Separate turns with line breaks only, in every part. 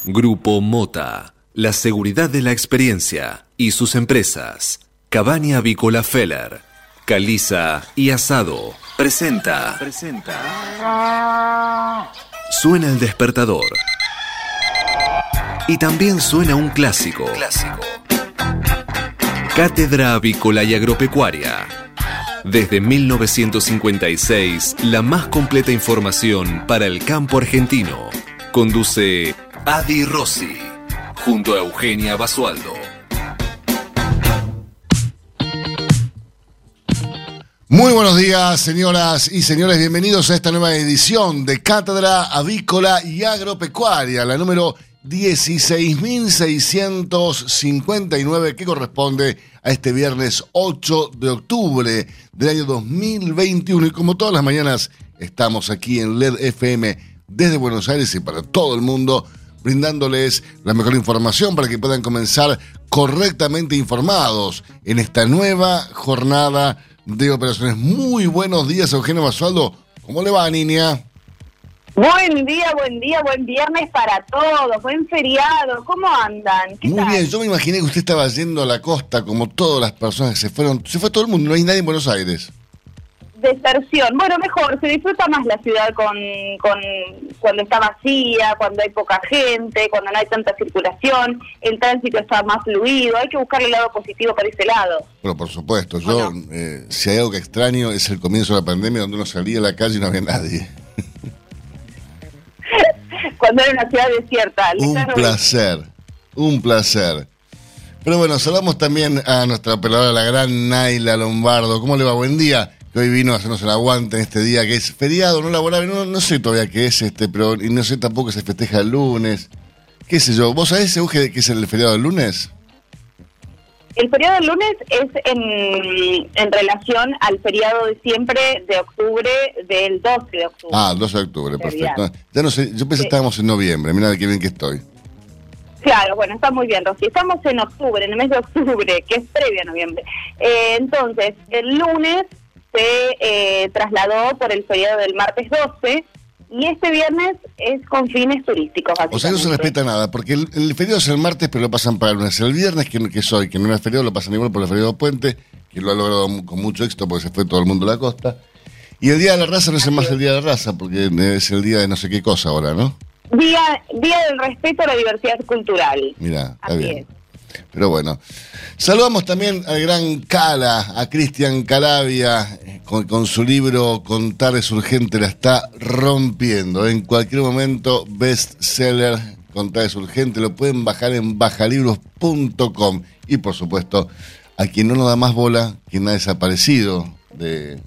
Grupo Mota, la seguridad de la experiencia y sus empresas. Cabaña Avícola Feller, Caliza y Asado presenta. Suena el despertador. Y también suena un clásico. Cátedra Avícola y Agropecuaria. Desde 1956, la más completa información para el campo argentino. Conduce Adi Rossi, junto a Eugenia Basualdo.
Muy buenos días, señoras y señores. Bienvenidos a esta nueva edición de Cátedra Avícola y Agropecuaria, la número 16.659, que corresponde a este viernes 8 de octubre del año 2021. Y como todas las mañanas, estamos aquí en LED FM desde Buenos Aires y para todo el mundo, brindándoles la mejor información para que puedan comenzar correctamente informados en esta nueva jornada de operaciones. Muy buenos días, Eugenio Basualdo. ¿Cómo le va, niña?
Buen día, buen viernes para todos, buen feriado, ¿cómo andan? ¿Qué
Muy
tal?
bien, yo me imaginé que usted estaba yendo a la costa como todas las personas que se fueron. Se fue todo el mundo, no hay nadie en Buenos Aires.
Deserción, bueno, mejor, se disfruta más la ciudad con cuando está vacía, cuando hay poca gente, cuando no hay tanta circulación, el tránsito está más fluido, hay que buscar el lado positivo para ese lado.
Pero por supuesto, yo, si hay algo que extraño es el comienzo de la pandemia, donde uno salía a la calle y no había nadie.
Cuando era una ciudad desierta.
Un placer. Pero bueno, saludamos también a nuestra operadora, la gran Naila Lombardo. ¿Cómo le va? Buen día. Que hoy vino a hacernos el aguante en este día que es feriado, no laborable. No sé todavía qué es pero y no sé tampoco si se festeja el lunes. ¿Qué sé yo? ¿Vos sabés, Euge, qué es el feriado del lunes?
El feriado del lunes es en relación al feriado de siempre de octubre, del 12 de octubre.
Ah, el 12 de octubre, perfecto. Ya no sé, yo pensé que estábamos en noviembre, mirá qué bien que estoy.
Claro, bueno, está muy bien, Rosy. Estamos en octubre, en el mes de octubre, que es previo a noviembre. Entonces, el lunes se trasladó por el feriado del martes 12 y este viernes es con fines turísticos.
O sea, no se respeta nada, porque el feriado es el martes, pero lo pasan para el lunes. El viernes, que no es feriado, lo pasan igual por el feriado puente, que lo ha logrado con mucho éxito porque se fue todo el mundo a la costa. Y el Día de la Raza no es más el Día de la Raza, porque es el día de no sé qué cosa ahora, ¿no?
Día del respeto a la diversidad cultural.
Mirá, está bien. Pero bueno, saludamos también al gran Cala, a Cristian Calavia, con su libro Contar es urgente, la está rompiendo. En cualquier momento, bestseller, Contar es urgente, lo pueden bajar en bajalibros.com. Y por supuesto, a quien no nos da más bola, quien ha desaparecido de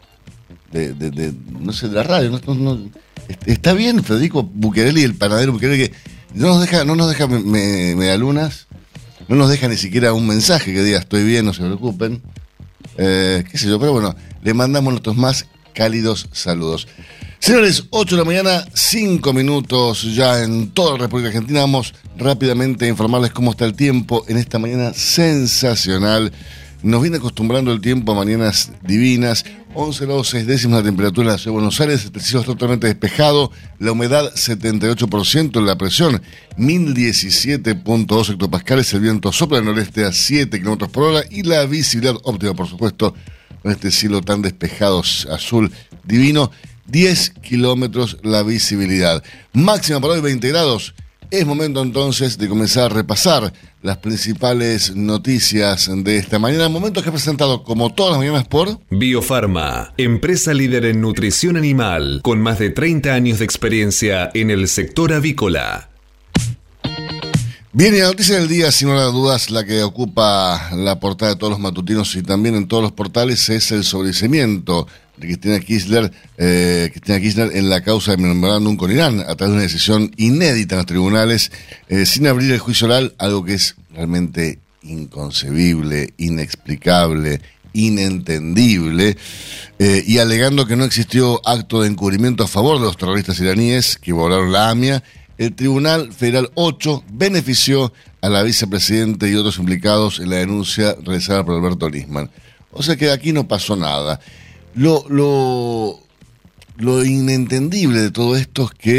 la radio. Está bien, Federico Bucherelli, el panadero Bucherelli, que no nos deja medialunas. No nos deja ni siquiera un mensaje que diga estoy bien, no se preocupen. Qué sé yo, pero bueno, le mandamos nuestros más cálidos saludos. Señores, 8 de la mañana, 5 minutos ya en toda la República Argentina. Vamos rápidamente a informarles cómo está el tiempo en esta mañana sensacional. Nos viene acostumbrando el tiempo a mañanas divinas. 11 grados 6 décimas la temperatura en la ciudad de Buenos Aires. El cielo totalmente despejado. La humedad 78%. La presión 1017.2 hectopascales. El viento sopla del noreste a 7 kilómetros por hora. Y la visibilidad óptima, por supuesto, con este cielo tan despejado, azul divino. 10 kilómetros la visibilidad. Máxima para hoy 20 grados. Es momento entonces de comenzar a repasar las principales noticias de esta mañana. Momento que he presentado como todas las mañanas por
Biofarma, empresa líder en nutrición animal, con más de 30 años de experiencia en el sector avícola.
Bien, y la noticia del día, sin lugar a dudas, la que ocupa la portada de todos los matutinos y también en todos los portales, es el sobreseimiento de Cristina Kirchner en la causa de memorándum con Irán, a través de una decisión inédita en los tribunales, sin abrir el juicio oral, algo que es realmente inconcebible, inexplicable, inentendible, y alegando que no existió acto de encubrimiento a favor de los terroristas iraníes que violaron la AMIA. El Tribunal Federal 8 benefició a la vicepresidenta y otros implicados en la denuncia realizada por Alberto Nisman. O sea que aquí no pasó nada. Lo inentendible de todo esto es que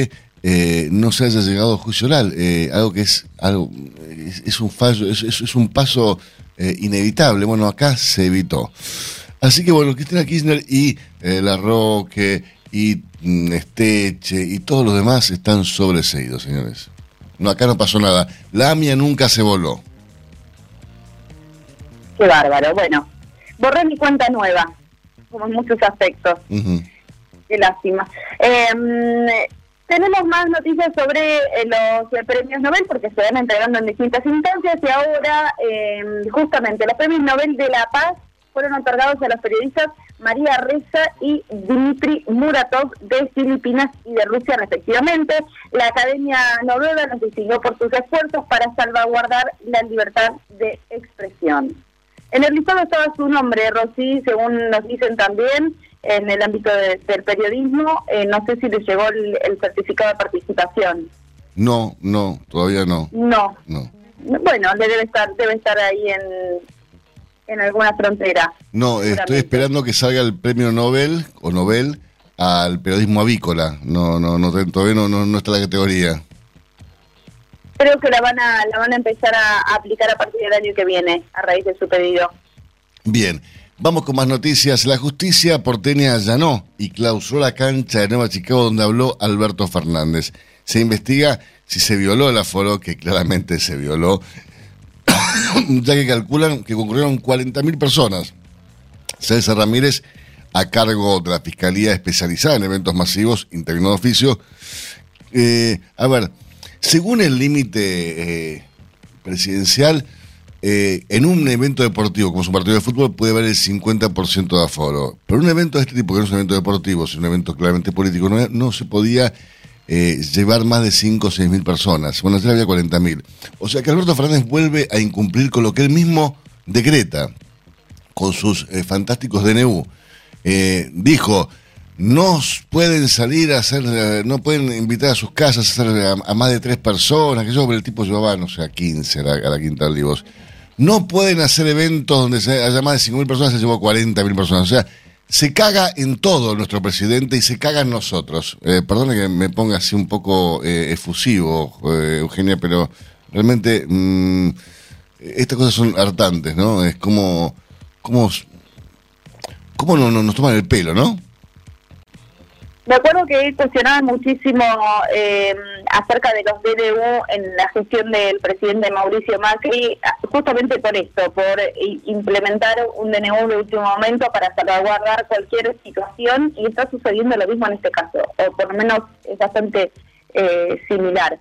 no se haya llegado a juicio oral, algo que es un fallo, es un paso inevitable. Bueno, acá se evitó. Así que bueno, Cristina Kirchner y Larroque y Esteche y todos los demás están sobreseídos, señores. No, acá no pasó nada. La AMIA nunca se voló.
Qué bárbaro. Bueno, borré mi cuenta nueva, como en muchos aspectos. Uh-huh. Qué lástima. Tenemos más noticias sobre los premios Nobel, porque se van entregando en distintas instancias, y ahora justamente los premios Nobel de la Paz fueron otorgados a los periodistas María Ressa y Dmitry Muratov de Filipinas y de Rusia respectivamente. La Academia Noruega los distinguió por sus esfuerzos para salvaguardar la libertad de expresión. En el listado estaba su nombre, Rosy, según nos dicen también, en el ámbito del periodismo. No sé si les llegó el certificado de participación.
No, todavía no.
No. Bueno, debe estar ahí en alguna frontera.
No, estoy esperando que salga el premio Nobel al periodismo avícola. No, todavía no está la categoría.
Creo que la van a empezar a aplicar a partir del año que viene, a raíz de su pedido.
Bien, vamos con más noticias. La justicia porteña allanó y clausuró la cancha de Nueva Chicago donde habló Alberto Fernández. Se investiga si se violó el aforo, que claramente se violó, ya que calculan que concurrieron 40.000 personas. César Ramírez, a cargo de la Fiscalía Especializada en Eventos Masivos, intervino de oficio. Según el límite presidencial, en un evento deportivo, como es un partido de fútbol, puede haber el 50% de aforo. Pero un evento de este tipo, que no es un evento deportivo, sino un evento claramente político, no se podía llevar más de 5 o 6 mil personas. Bueno, ayer había 40.000. O sea que Alberto Fernández vuelve a incumplir con lo que él mismo decreta, con sus fantásticos DNU. Dijo, no pueden salir a hacer, no pueden invitar a sus casas a hacer a más de 3 personas, que yo, pero el tipo llevaba, no sé, a 15 a la Quinta de Olivos. No pueden hacer eventos donde haya más de 5.000 personas, se llevó 40.000 personas. O sea, se caga en todo nuestro presidente y se caga en nosotros. Perdone que me ponga así un poco efusivo, Eugenia, pero realmente estas cosas son hartantes, ¿no? Es como no nos toman el pelo, ¿no?
Me acuerdo que él cuestionaba muchísimo acerca de los DNU en la gestión del presidente Mauricio Macri, justamente por esto, por implementar un DNU de último momento para salvaguardar cualquier situación, y está sucediendo lo mismo en este caso, o por lo menos es bastante similar.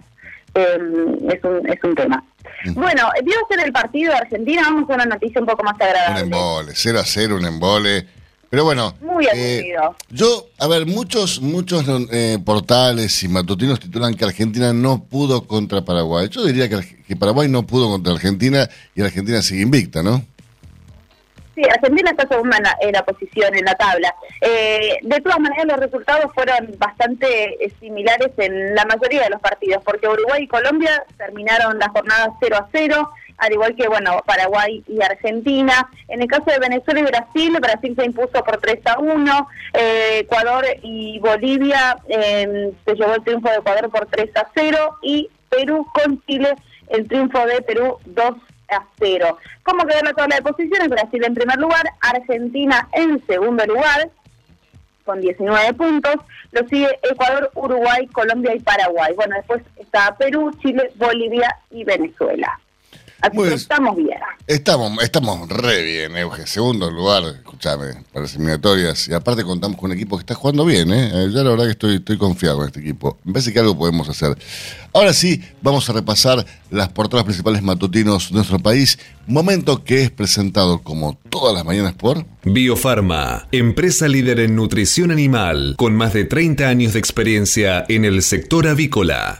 Es un tema. Bueno, vio ser el partido de Argentina. Vamos a una noticia un poco más agradable.
Un embole, 0-0, un embole. Pero bueno,
muy aburrido.
Muchos portales y matutinos titulan que Argentina no pudo contra Paraguay. Yo diría que Paraguay no pudo contra Argentina y Argentina sigue invicta, ¿no?
Sí, Argentina está segunda en la posición, en la tabla. De todas maneras, los resultados fueron bastante similares en la mayoría de los partidos, porque Uruguay y Colombia terminaron la jornada 0-0, al igual que, Paraguay y Argentina. En el caso de Venezuela y Brasil se impuso por 3-1, Ecuador y Bolivia se llevó el triunfo de Ecuador por 3-0, y Perú con Chile, el triunfo de Perú 2-0. ¿Cómo quedó la tabla de posiciones? Brasil en primer lugar, Argentina en segundo lugar, con 19 puntos, lo sigue Ecuador, Uruguay, Colombia y Paraguay. Bueno, después está Perú, Chile, Bolivia y Venezuela. Así que estamos bien.
Estamos re bien, Euge. Segundo lugar, escúchame, para las eliminatorias. Y aparte contamos con un equipo que está jugando bien, Ya la verdad que estoy confiado en este equipo. Me parece que algo podemos hacer. Ahora sí, vamos a repasar las portadas principales matutinos de nuestro país. Momento que es presentado como todas las mañanas por
Biofarma, empresa líder en nutrición animal, con más de 30 años de experiencia en el sector avícola.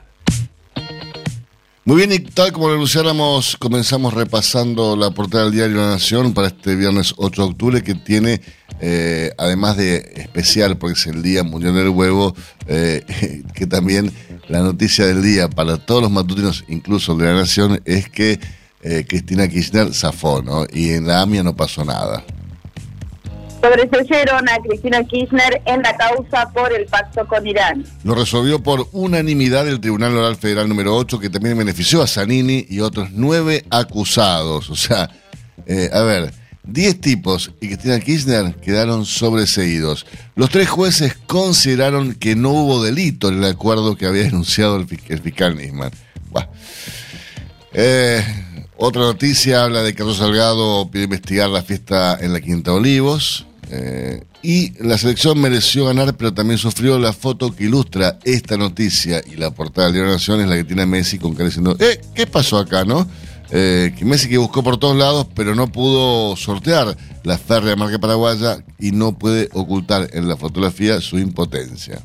Muy bien, y tal como lo anunciáramos, comenzamos repasando la portada del diario La Nación para este viernes 8 de octubre, que tiene, además de especial, porque es el Día Mundial del Huevo, que también la noticia del día para todos los matutinos, incluso el de La Nación, es que Cristina Kirchner zafó, ¿no? Y en la AMIA no pasó nada.
Sobreseyeron a Cristina Kirchner en la causa por el pacto con Irán.
Lo resolvió por unanimidad el Tribunal Oral Federal número 8, que también benefició a Zanini y otros 9 acusados. O sea, 10 tipos y Cristina Kirchner quedaron sobreseídos. Los 3 jueces consideraron que no hubo delito en el acuerdo que había denunciado el fiscal Nisman. Buah. Otra noticia habla de que Carlos Salgado pide investigar la fiesta en la Quinta Olivos. Y la selección mereció ganar, pero también sufrió. La foto que ilustra esta noticia y la portada del Diario Nación es la que tiene a Messi con cara diciendo, ¿qué pasó acá, no? Que Messi que buscó por todos lados, pero no pudo sortear la férrea marca paraguaya y no puede ocultar en la fotografía su impotencia.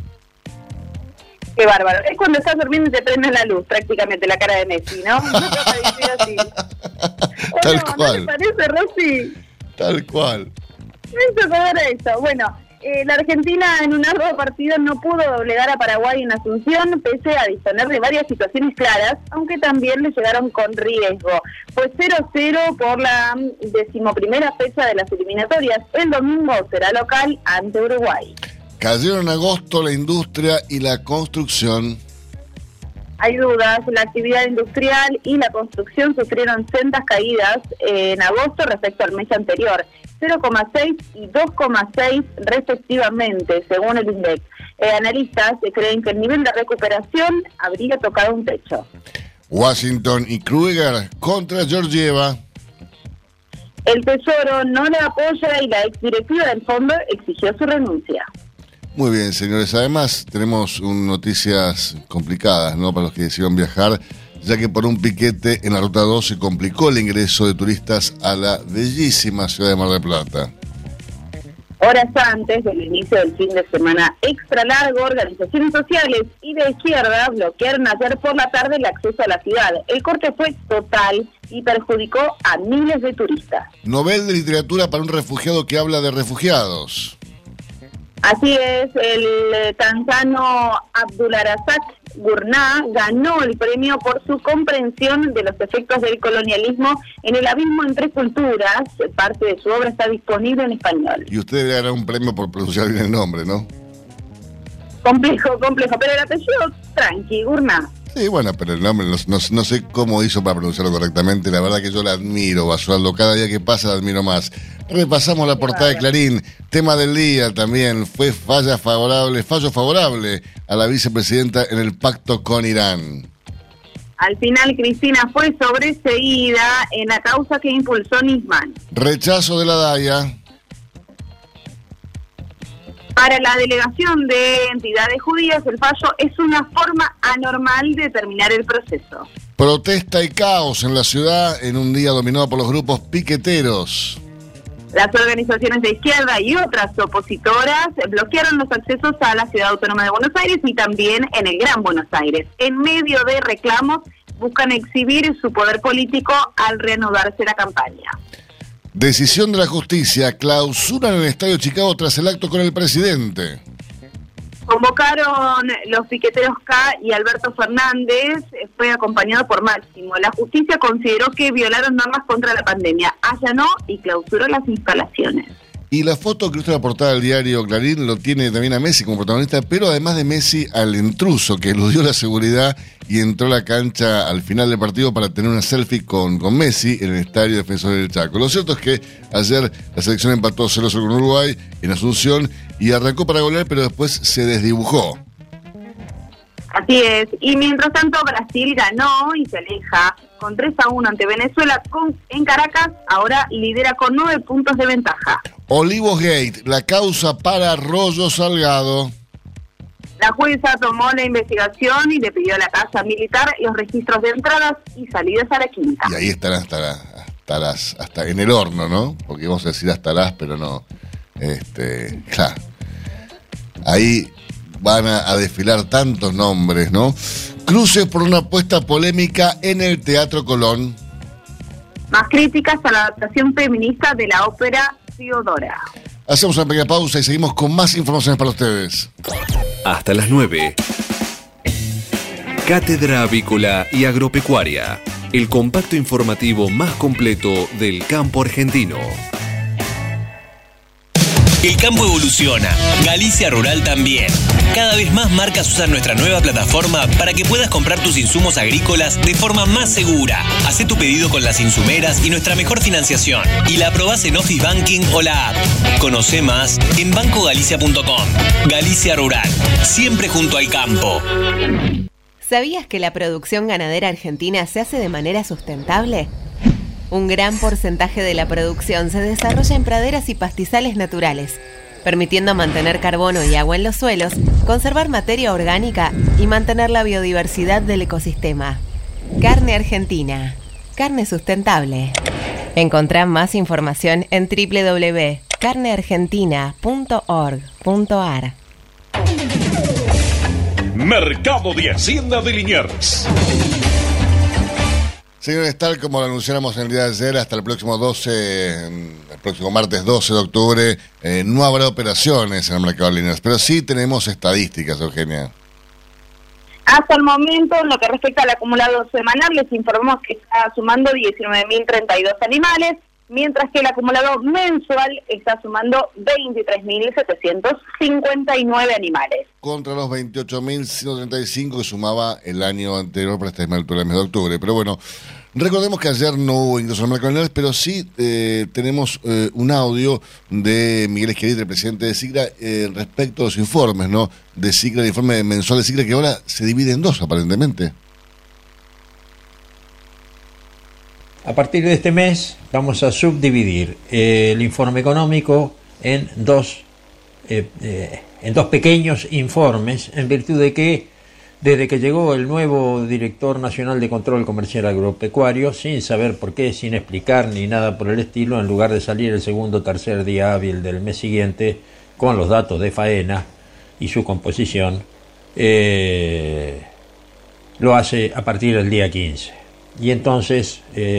Qué bárbaro. Es cuando estás durmiendo y te prende la luz, prácticamente, la cara de Messi, ¿no? Así.
Tal cual.
¿No te parece, Rosy?
Tal cual.
Me hizo acordar a eso. Bueno, la Argentina en un arduo partido no pudo doblegar a Paraguay en Asunción, pese a disponer de varias situaciones claras, aunque también le llegaron con riesgo. Fue 0-0 por la 11ª fecha de las eliminatorias. El domingo será local ante Uruguay.
Cayeron en agosto la industria y la construcción.
Hay dudas, la actividad industrial y la construcción sufrieron sendas caídas en agosto respecto al mes anterior, 0,6 y 2,6 respectivamente, según el INDEC. Analistas creen que el nivel de recuperación habría tocado un techo.
Washington y Krueger contra Georgieva.
El Tesoro no le apoya y la exdirectiva del fondo exigió su renuncia.
Muy bien, señores. Además, tenemos noticias complicadas, ¿no?, para los que decidieron viajar, ya que por un piquete en la Ruta 2 se complicó el ingreso de turistas a la bellísima ciudad de Mar del Plata.
Horas antes del inicio del fin de semana extra largo, organizaciones sociales y de izquierda bloquearon ayer por la tarde el acceso a la ciudad. El corte fue total y perjudicó a miles de turistas.
Nobel de Literatura para un refugiado que habla de refugiados.
Así es, el tanzano Abdulrazak Gurnah ganó el premio por su comprensión de los efectos del colonialismo en el abismo entre culturas. Parte de su obra está disponible en español.
Y usted le dará un premio por pronunciar bien el nombre, ¿no?
Complejo, pero el apellido tranqui, Gurnah.
Sí, bueno, pero el nombre no sé cómo hizo para pronunciarlo correctamente. La verdad que yo la admiro, Basualdo. Cada día que pasa la admiro más. Repasamos la portada de Clarín. Tema del día también. Fue fallo favorable a la vicepresidenta en el pacto con Irán.
Al final, Cristina fue sobreseída en la causa que impulsó Nisman.
Rechazo de la DAIA.
Para la delegación de entidades judías, el fallo es una forma anormal de terminar el proceso.
Protesta y caos en la ciudad en un día dominado por los grupos piqueteros.
Las organizaciones de izquierda y otras opositoras bloquearon los accesos a la Ciudad Autónoma de Buenos Aires y también en el Gran Buenos Aires. En medio de reclamos, buscan exhibir su poder político al reanudarse la campaña.
Decisión de la justicia, clausuran el Estadio Chicago tras el acto con el presidente.
Convocaron los piqueteros K y Alberto Fernández, fue acompañado por Máximo. La justicia consideró que violaron normas contra la pandemia, allanó y clausuró las instalaciones.
Y la foto que ilustra la portada del diario Clarín lo tiene también a Messi como protagonista, pero además de Messi, al intruso que eludió la seguridad y entró a la cancha al final del partido para tener una selfie con Messi en el Estadio Defensores del Chaco. Lo cierto es que ayer la selección empató 0-0 con Uruguay en Asunción y arrancó para golear, pero después se desdibujó.
Así es, y mientras tanto Brasil ganó y se aleja con 3-1 ante Venezuela en Caracas, ahora lidera con 9 puntos de ventaja.
Olivos Gate, la causa para Rollo Salgado.
La jueza tomó la investigación y le pidió a la Casa Militar los registros de entradas y salidas a la quinta.
Y ahí estarán hasta en el horno, ¿no? Porque vamos a decir hasta las, pero no. Claro. Ahí van a desfilar tantos nombres, ¿no? Cruces por una apuesta polémica en el Teatro Colón.
Más críticas a la adaptación feminista de la ópera Teodora.
Hacemos una pequeña pausa y seguimos con más informaciones para ustedes.
Hasta las 9. Cátedra Avícola y Agropecuaria, el compacto informativo más completo del campo argentino.
El campo evoluciona, Galicia Rural también. Cada vez más marcas usan nuestra nueva plataforma para que puedas comprar tus insumos agrícolas de forma más segura. Hacé tu pedido con las insumeras y nuestra mejor financiación. Y la aprobás en Office Banking o la app. Conoce más en bancogalicia.com. Galicia Rural, siempre junto al campo.
¿Sabías que la producción ganadera argentina se hace de manera sustentable? Un gran porcentaje de la producción se desarrolla en praderas y pastizales naturales, permitiendo mantener carbono y agua en los suelos, conservar materia orgánica y mantener la biodiversidad del ecosistema. Carne argentina. Carne sustentable. Encontrá más información en www.carneargentina.org.ar.
Mercado de Hacienda de Liniers.
Señores, tal como lo anunciáramos el día de ayer, hasta el próximo martes 12 de octubre, no habrá operaciones en el mercado de Liniers, pero sí tenemos estadísticas, Eugenia.
Hasta el momento, en lo que respecta al acumulado semanal, les informamos que está sumando 19.032 animales, mientras que el acumulado mensual está sumando 23.759 animales.
Contra los 28.135 que sumaba el año anterior para esta misma altura del mes de octubre. Pero bueno, recordemos que ayer no hubo ingresos al mercado de Liniers, pero sí tenemos un audio de Miguel Esquerita, el presidente de SICRA, respecto a los informes, ¿no? De SICRA, el informe mensual de SICRA, que ahora se divide en dos, aparentemente.
A partir de este mes vamos a subdividir el informe económico en dos pequeños informes, en virtud de que desde que llegó el nuevo director nacional de control comercial agropecuario, sin saber por qué, sin explicar ni nada por el estilo, en lugar de salir el segundo o tercer día hábil del mes siguiente con los datos de faena y su composición, lo hace a partir del día 15. Y entonces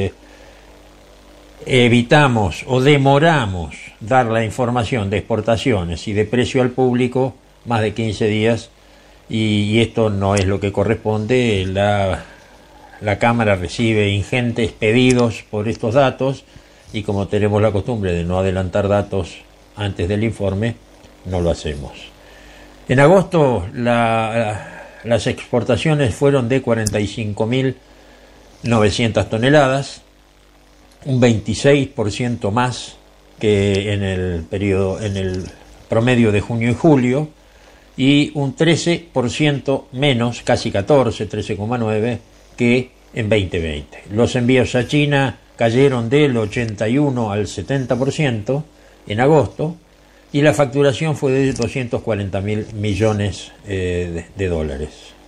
evitamos o demoramos dar la información de exportaciones y de precio al público más de 15 días, y esto no es lo que corresponde. La Cámara recibe ingentes pedidos por estos datos, y como tenemos la costumbre de no adelantar datos antes del informe, no lo hacemos. En agosto las exportaciones fueron de 45.900 toneladas, un 26% más que en el promedio de junio y julio, y un 13% menos, casi 13,9, que en 2020. Los envíos a China cayeron del 81 al 70% en agosto, y la facturación fue de 240.000 millones de dólares.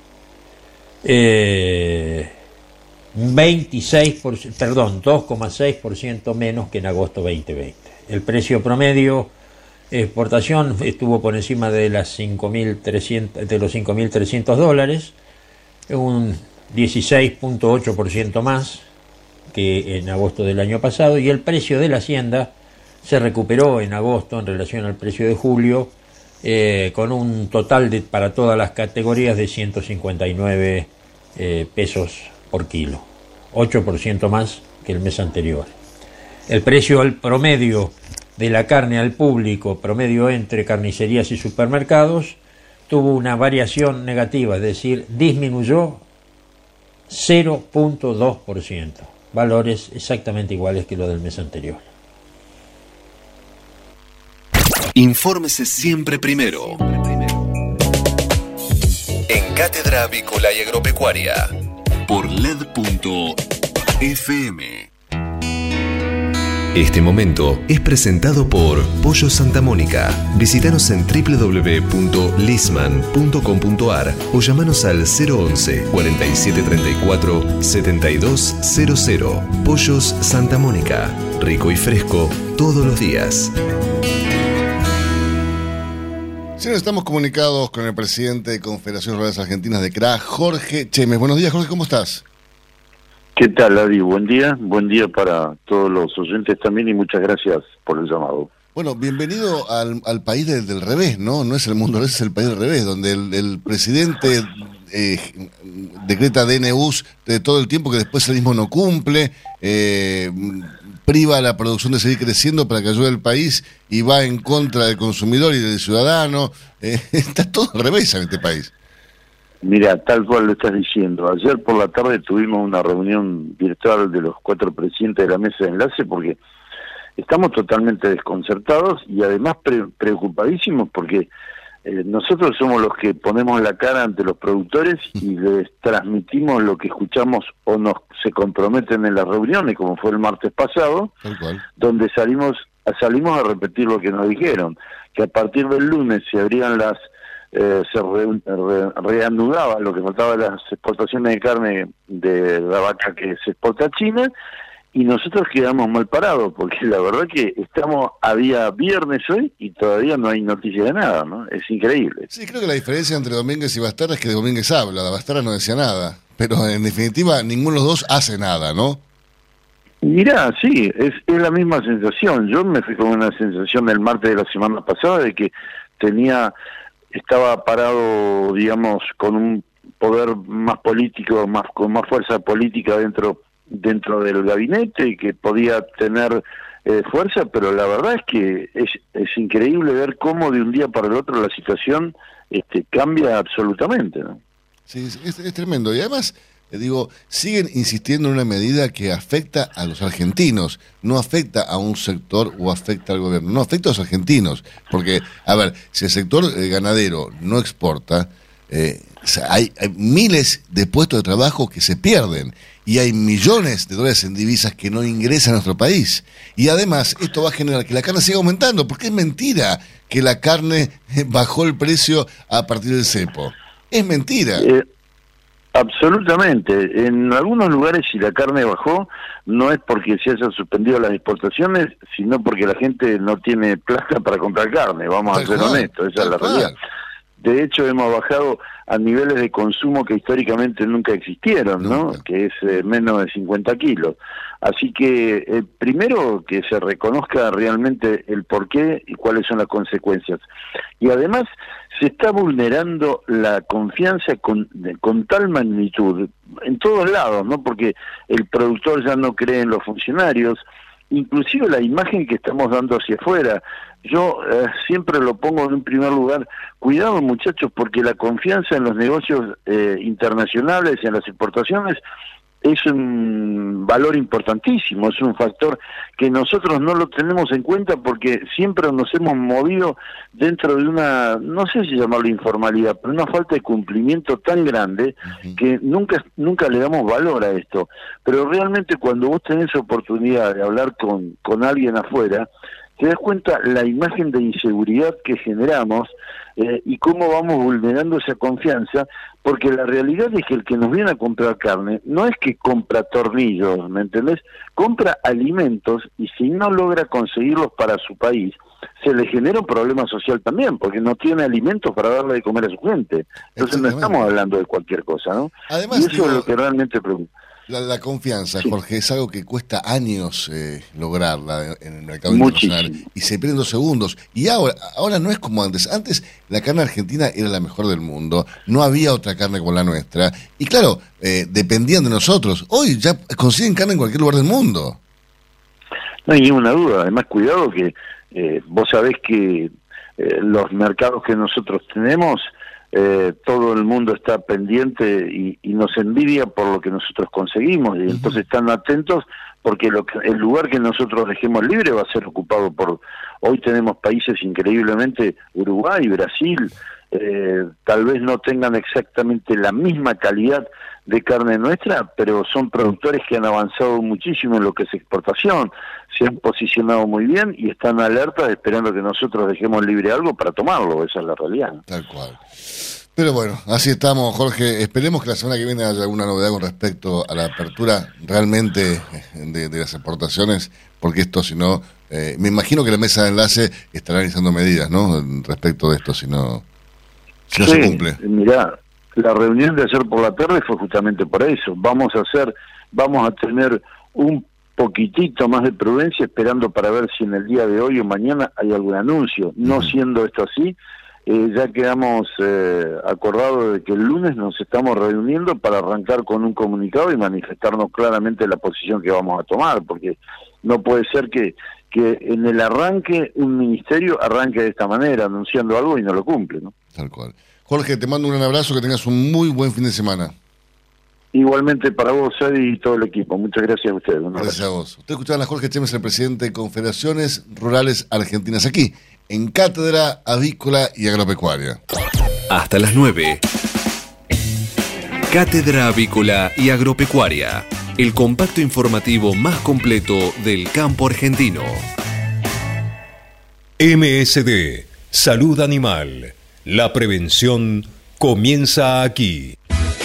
2,6% menos que en agosto 2020. El precio promedio de exportación estuvo por encima de los 5.300 dólares, un 16,8% más que en agosto del año pasado, y el precio de la hacienda se recuperó en agosto en relación al precio de julio, con un total para todas las categorías de 159 pesos por kilo, 8% más que el mes anterior. El precio al promedio de la carne al público, promedio entre carnicerías y supermercados, tuvo una variación negativa, es decir, disminuyó 0,2%, valores exactamente iguales que lo del mes anterior.
Infórmese siempre primero. En Cátedra Avícola y Agropecuaria, por LED.fm. Este momento es presentado por Pollo Santa Mónica. Visítanos en www.lisman.com.ar o llamanos al 011 4734 7200. Pollos Santa Mónica. Rico y fresco todos los días.
Sí, estamos comunicados con el presidente de Confederaciones Rurales Argentinas de CRA, Jorge Chemes. Buenos días, Jorge, ¿cómo estás?
¿Qué tal, Adi? Buen día para todos los oyentes también, y muchas gracias por el llamado.
Bueno, bienvenido al país del revés, ¿no? No es el mundo, es el país del revés, donde el presidente decreta DNUs de todo el tiempo que después él mismo no cumple, priva a la producción de seguir creciendo para que ayude al país y va en contra del consumidor y del ciudadano. Está todo al revés en este país.
Mira, tal cual lo estás diciendo. Ayer por la tarde tuvimos una reunión virtual de los 4 presidentes de la mesa de enlace porque estamos totalmente desconcertados y además preocupadísimos porque nosotros somos los que ponemos la cara ante los productores y les transmitimos lo que escuchamos o se comprometen en las reuniones, como fue el martes pasado, donde salimos a repetir lo que nos dijeron, que a partir del lunes se abrían se reanudaba lo que faltaba de las exportaciones de carne de la vaca que se exporta a China, y nosotros quedamos mal parados, porque la verdad que había viernes hoy y todavía no hay noticia de nada, ¿no? Es increíble.
Sí, creo que la diferencia entre Domínguez y Bastarra es que Domínguez habla, la Bastarra no decía nada, pero en definitiva ninguno de los dos hace nada, ¿no?
Mirá, sí, es la misma sensación. Yo me fui con una sensación el martes de la semana pasada de que estaba parado, digamos, con un poder más político, con más fuerza política dentro del gabinete y que podía tener fuerza, pero la verdad es que es increíble ver cómo de un día para el otro la situación cambia absolutamente, ¿no?
Sí, es tremendo. Y además, siguen insistiendo en una medida que afecta a los argentinos, no afecta a un sector o afecta al gobierno, no afecta a los argentinos, porque, a ver, si el sector ganadero no exporta, hay miles de puestos de trabajo que se pierden y hay millones de dólares en divisas que no ingresan a nuestro país. Y además esto va a generar que la carne siga aumentando, porque es mentira que la carne bajó el precio a partir del cepo. Es mentira.
Absolutamente. En algunos lugares si la carne bajó no es porque se hayan suspendido las exportaciones, sino porque la gente no tiene plata para comprar carne, vamos a ser honestos, esa es la realidad. De hecho, hemos bajado a niveles de consumo que históricamente nunca existieron, ¿no? Que es menos de 50 kilos. Así que, primero, que se reconozca realmente el porqué y cuáles son las consecuencias. Y además, se está vulnerando la confianza con tal magnitud, en todos lados, ¿no? Porque el productor ya no cree en los funcionarios, inclusive la imagen que estamos dando hacia afuera. Yo siempre lo pongo en primer lugar, cuidado muchachos, porque la confianza en los negocios internacionales y en las exportaciones es un valor importantísimo, es un factor que nosotros no lo tenemos en cuenta porque siempre nos hemos movido dentro de una, no sé si llamarlo informalidad, pero una falta de cumplimiento tan grande que nunca le damos valor a esto. Pero realmente cuando vos tenés oportunidad de hablar con alguien afuera, te das cuenta la imagen de inseguridad que generamos y cómo vamos vulnerando esa confianza, porque la realidad es que el que nos viene a comprar carne no es que compra tornillos, ¿me entendés? Compra alimentos y si no logra conseguirlos para su país, se le genera un problema social también, porque no tiene alimentos para darle de comer a su gente. Entonces no estamos hablando de cualquier cosa, ¿no?
Además,
y eso es lo que realmente preocupa.
La confianza, Jorge, es algo que cuesta años lograrla en el mercado internacional y se pierde en 2 segundos. Y ahora no es como antes. Antes la carne argentina era la mejor del mundo, no había otra carne como la nuestra. Y claro, dependían de nosotros. Hoy ya consiguen carne en cualquier lugar del mundo.
No hay ninguna duda. Además, cuidado que vos sabés que los mercados que nosotros tenemos, todo el mundo está pendiente y nos envidia por lo que nosotros conseguimos, y entonces están atentos porque el lugar que nosotros dejemos libre va a ser ocupado por... Hoy tenemos países increíblemente, Uruguay, Brasil, tal vez no tengan exactamente la misma calidad de carne nuestra, pero son productores que han avanzado muchísimo en lo que es exportación, se han posicionado muy bien y están alertas esperando que nosotros dejemos libre algo para tomarlo, esa es la realidad.
Tal cual. Pero bueno, así estamos, Jorge. Esperemos que la semana que viene haya alguna novedad con respecto a la apertura realmente de las exportaciones, porque esto, si no, me imagino que la mesa de enlace estará realizando medidas, ¿no? Respecto de esto, si no se cumple.
Mirá, la reunión de ayer por la tarde fue justamente por eso. Vamos a tener un poquitito más de prudencia esperando para ver si en el día de hoy o mañana hay algún anuncio. No siendo esto así, ya quedamos acordados de que el lunes nos estamos reuniendo para arrancar con un comunicado y manifestarnos claramente la posición que vamos a tomar, porque no puede ser que en el arranque un ministerio arranque de esta manera, anunciando algo y no lo cumple, ¿no?
Tal cual. Jorge, te mando un gran abrazo, que tengas un muy buen fin de semana.
Igualmente para vos, Eddie, y todo el equipo. Muchas gracias a ustedes.
Gracias a vos. Usted escuchaba a Jorge Chemes, el presidente de Confederaciones Rurales Argentinas, aquí, en Cátedra Avícola y Agropecuaria.
Hasta las 9. Cátedra Avícola y Agropecuaria, el compacto informativo más completo del campo argentino.
MSD, Salud Animal. La prevención comienza aquí.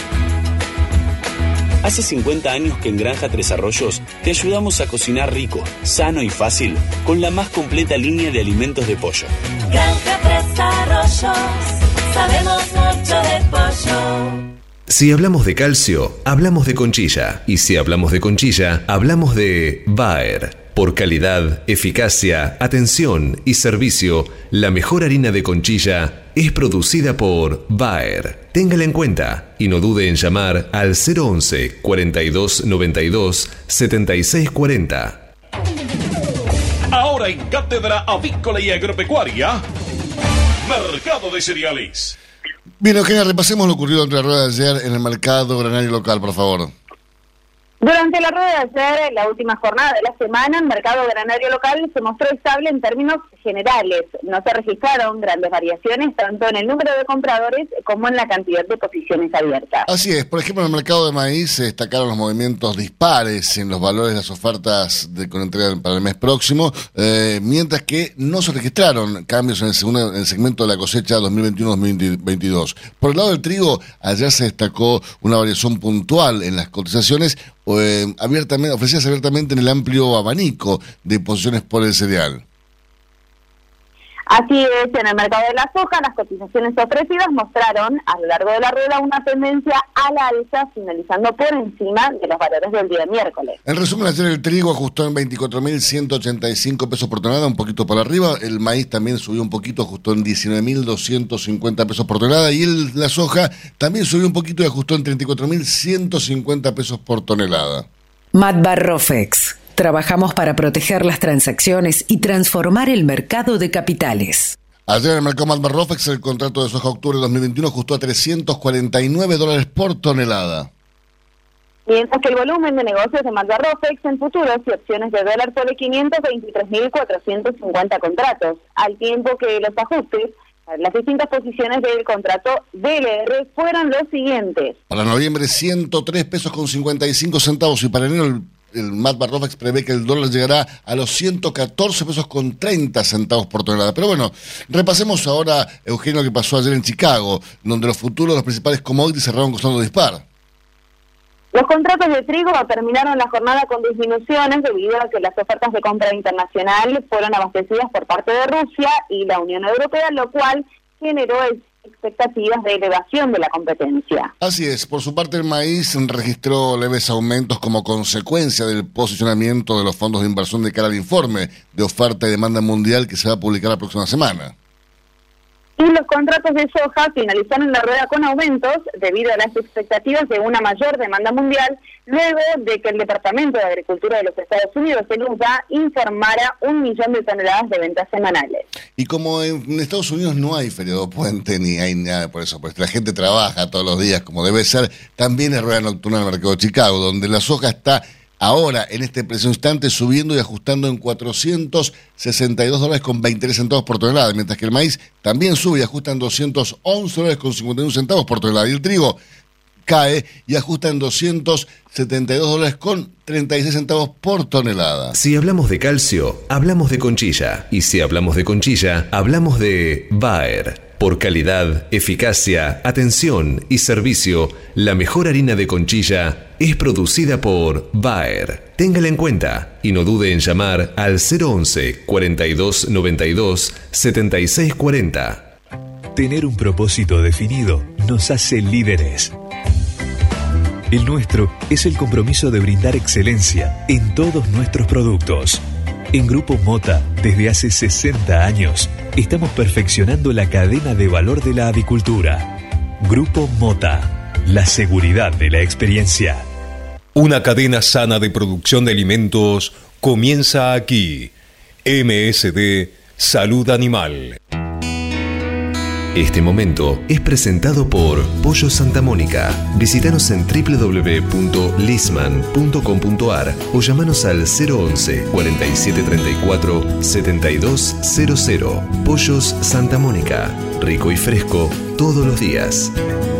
Hace 50 años que en Granja Tres Arroyos te ayudamos a cocinar rico, sano y fácil con la más completa línea de alimentos de pollo.
Granja Tres Arroyos, sabemos mucho de pollo.
Si hablamos de calcio, hablamos de Conchilla. Y si hablamos de Conchilla, hablamos de Bayer. Por calidad, eficacia, atención y servicio, la mejor harina de Conchilla es producida por Bayer. Téngala en cuenta y no dude en llamar al 011 42 92 76 40.
Ahora en Cátedra Avícola y Agropecuaria, Mercado de Cereales.
Bien, Eugenia, repasemos lo ocurrido entre la rueda de ayer en el mercado granario local, por favor.
Durante la rueda de ayer, la última jornada de la semana, el mercado granario local se mostró estable en términos generales. No se registraron grandes variaciones tanto en el número de compradores como en la cantidad de posiciones abiertas.
Así es. Por ejemplo, en el mercado de maíz se destacaron los movimientos dispares en los valores de las ofertas con entrega para el mes próximo, mientras que no se registraron cambios en el segmento de la cosecha 2021-2022. Por el lado del trigo, ayer se destacó una variación puntual en las cotizaciones ofrecidas abiertamente en el amplio abanico de posiciones por el cereal.
Así es, en el mercado de la soja, las cotizaciones ofrecidas mostraron a lo largo de la rueda una tendencia a la alza, finalizando por encima de los valores del día miércoles.
En resumen, ayer el trigo ajustó en 24.185 pesos por tonelada, un poquito para arriba. El maíz también subió un poquito, ajustó en 19.250 pesos por tonelada. Y la soja también subió un poquito y ajustó en 34.150 pesos por tonelada.
Matbarrofex. Trabajamos para proteger las transacciones y transformar el mercado de capitales.
Ayer en el mercado Matbarrofex el contrato de soja octubre de 2021 ajustó a $349 por tonelada.
Mientras que el volumen de negocios de Matbarrofex en futuros y opciones de dólar sobre 523.450 contratos, al tiempo que los ajustes para las distintas posiciones del contrato DLR fueron los siguientes.
Para noviembre 103 pesos con 55 centavos y para enero el Matbarrofex prevé que el dólar llegará a los 114 pesos con 30 centavos por tonelada. Pero bueno, repasemos ahora, Eugenio, lo que pasó ayer en Chicago, donde los futuros de los principales commodities cerraron costando dispar.
Los contratos de trigo terminaron la jornada con disminuciones debido a que las ofertas de compra internacional fueron abastecidas por parte de Rusia y la Unión Europea, lo cual generó expectativas de elevación de la competencia.
Así es. Por su parte, el maíz registró leves aumentos como consecuencia del posicionamiento de los fondos de inversión de cara al informe de oferta y demanda mundial que se va a publicar la próxima semana.
Y los contratos de soja finalizaron la rueda con aumentos debido a las expectativas de una mayor demanda mundial, luego de que el Departamento de Agricultura de los Estados Unidos, el USDA, informara 1 millón de toneladas de ventas semanales.
Y como en Estados Unidos no hay feriado puente ni hay nada por eso, pues la gente trabaja todos los días como debe ser, también es rueda nocturna en el mercado de Chicago, donde la soja está ahora, en este preciso instante, subiendo y ajustando en $462 con 23 centavos por tonelada, mientras que el maíz también sube y ajusta en $211 con 51 centavos por tonelada. Y el trigo cae y ajusta en $272 con 36 centavos por tonelada.
Si hablamos de calcio, hablamos de Conchilla. Y si hablamos de Conchilla, hablamos de Bayer. Por calidad, eficacia, atención y servicio, la mejor harina de Conchilla es producida por Bayer. Téngala en cuenta y no dude en llamar al 011 42 92 76 40.
Tener un propósito definido nos hace líderes. El nuestro es el compromiso de brindar excelencia en todos nuestros productos. En Grupo Mota, desde hace 60 años, estamos perfeccionando la cadena de valor de la avicultura. Grupo Mota, la seguridad de la experiencia.
Una cadena sana de producción de alimentos comienza aquí. MSD Salud Animal.
Este momento es presentado por Pollo Santa Mónica. Visítanos en www.lisman.com.ar o llamanos al 011 4734 7200. Pollos Santa Mónica. Rico y fresco todos los días.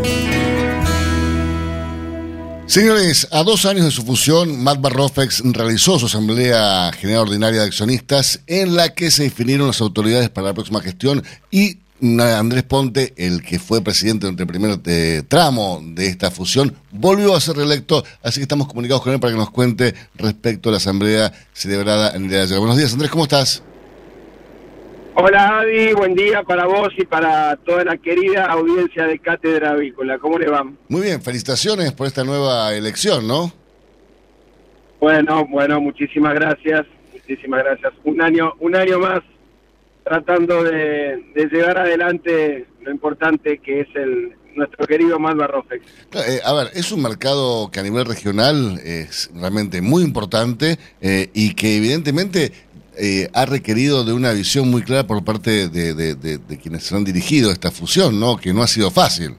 Señores, a 2 años de su fusión, Matbar Rofex realizó su Asamblea General Ordinaria de Accionistas, en la que se definieron las autoridades para la próxima gestión, y Andrés Ponte, el que fue presidente durante el primer tramo de esta fusión, volvió a ser reelecto, así que estamos comunicados con él para que nos cuente respecto a la asamblea celebrada en el día de ayer. Buenos días, Andrés, ¿cómo estás?
Hola, Adi, buen día para vos y para toda la querida audiencia de Cátedra Avícola. ¿Cómo le va?
Muy bien, felicitaciones por esta nueva elección, ¿no?
Bueno, muchísimas gracias. Un año más tratando de llevar adelante lo importante que es nuestro querido Matbar Rofex.
A ver, es un mercado que a nivel regional es realmente muy importante y que evidentemente ha requerido de una visión muy clara por parte de quienes se han dirigido esta fusión, ¿no? Que no ha sido fácil.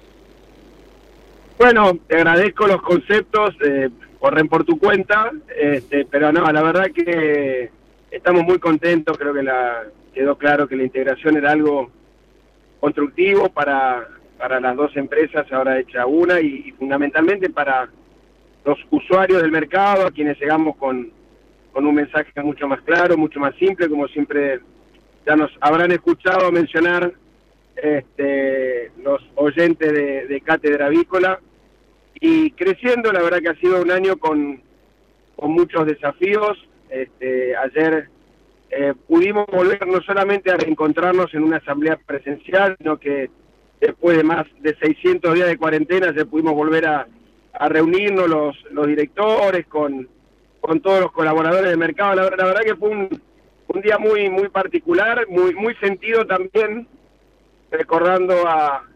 Bueno, te agradezco los conceptos, corren por tu cuenta, pero no, la verdad que estamos muy contentos. Creo que quedó claro que la integración era algo constructivo para las dos empresas, ahora hecha una, y fundamentalmente para los usuarios del mercado, a quienes llegamos con un mensaje mucho más claro, mucho más simple, como siempre ya nos habrán escuchado mencionar los oyentes de Cátedra Avícola, y creciendo. La verdad que ha sido un año con muchos desafíos. Ayer pudimos volver no solamente a reencontrarnos en una asamblea presencial, sino que después de más de 600 días de cuarentena ya pudimos volver a reunirnos los directores con todos los colaboradores del mercado. La verdad que fue un día muy muy particular, muy sentido también, recordando a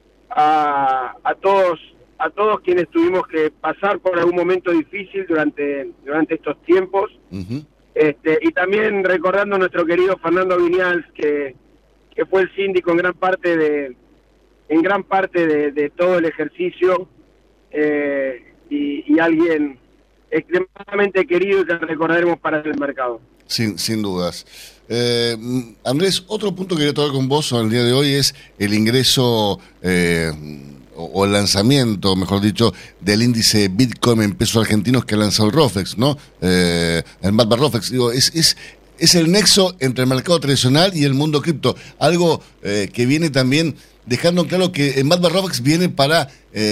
todos quienes tuvimos que pasar por algún momento difícil durante estos tiempos. Uh-huh. Y también recordando a nuestro querido Fernando Viñals, que fue el síndico en gran parte de todo el ejercicio, y alguien extremadamente querido y que recordaremos para el mercado.
Sin dudas. Andrés, otro punto que quería tocar con vos en el día de hoy es el ingreso o el lanzamiento, mejor dicho, del índice Bitcoin en pesos argentinos que ha lanzado el Rofex, ¿no? El Matbar Rofex. Digo, es el nexo entre el mercado tradicional y el mundo cripto. Algo que viene también dejando claro que el Matbar Rofex viene para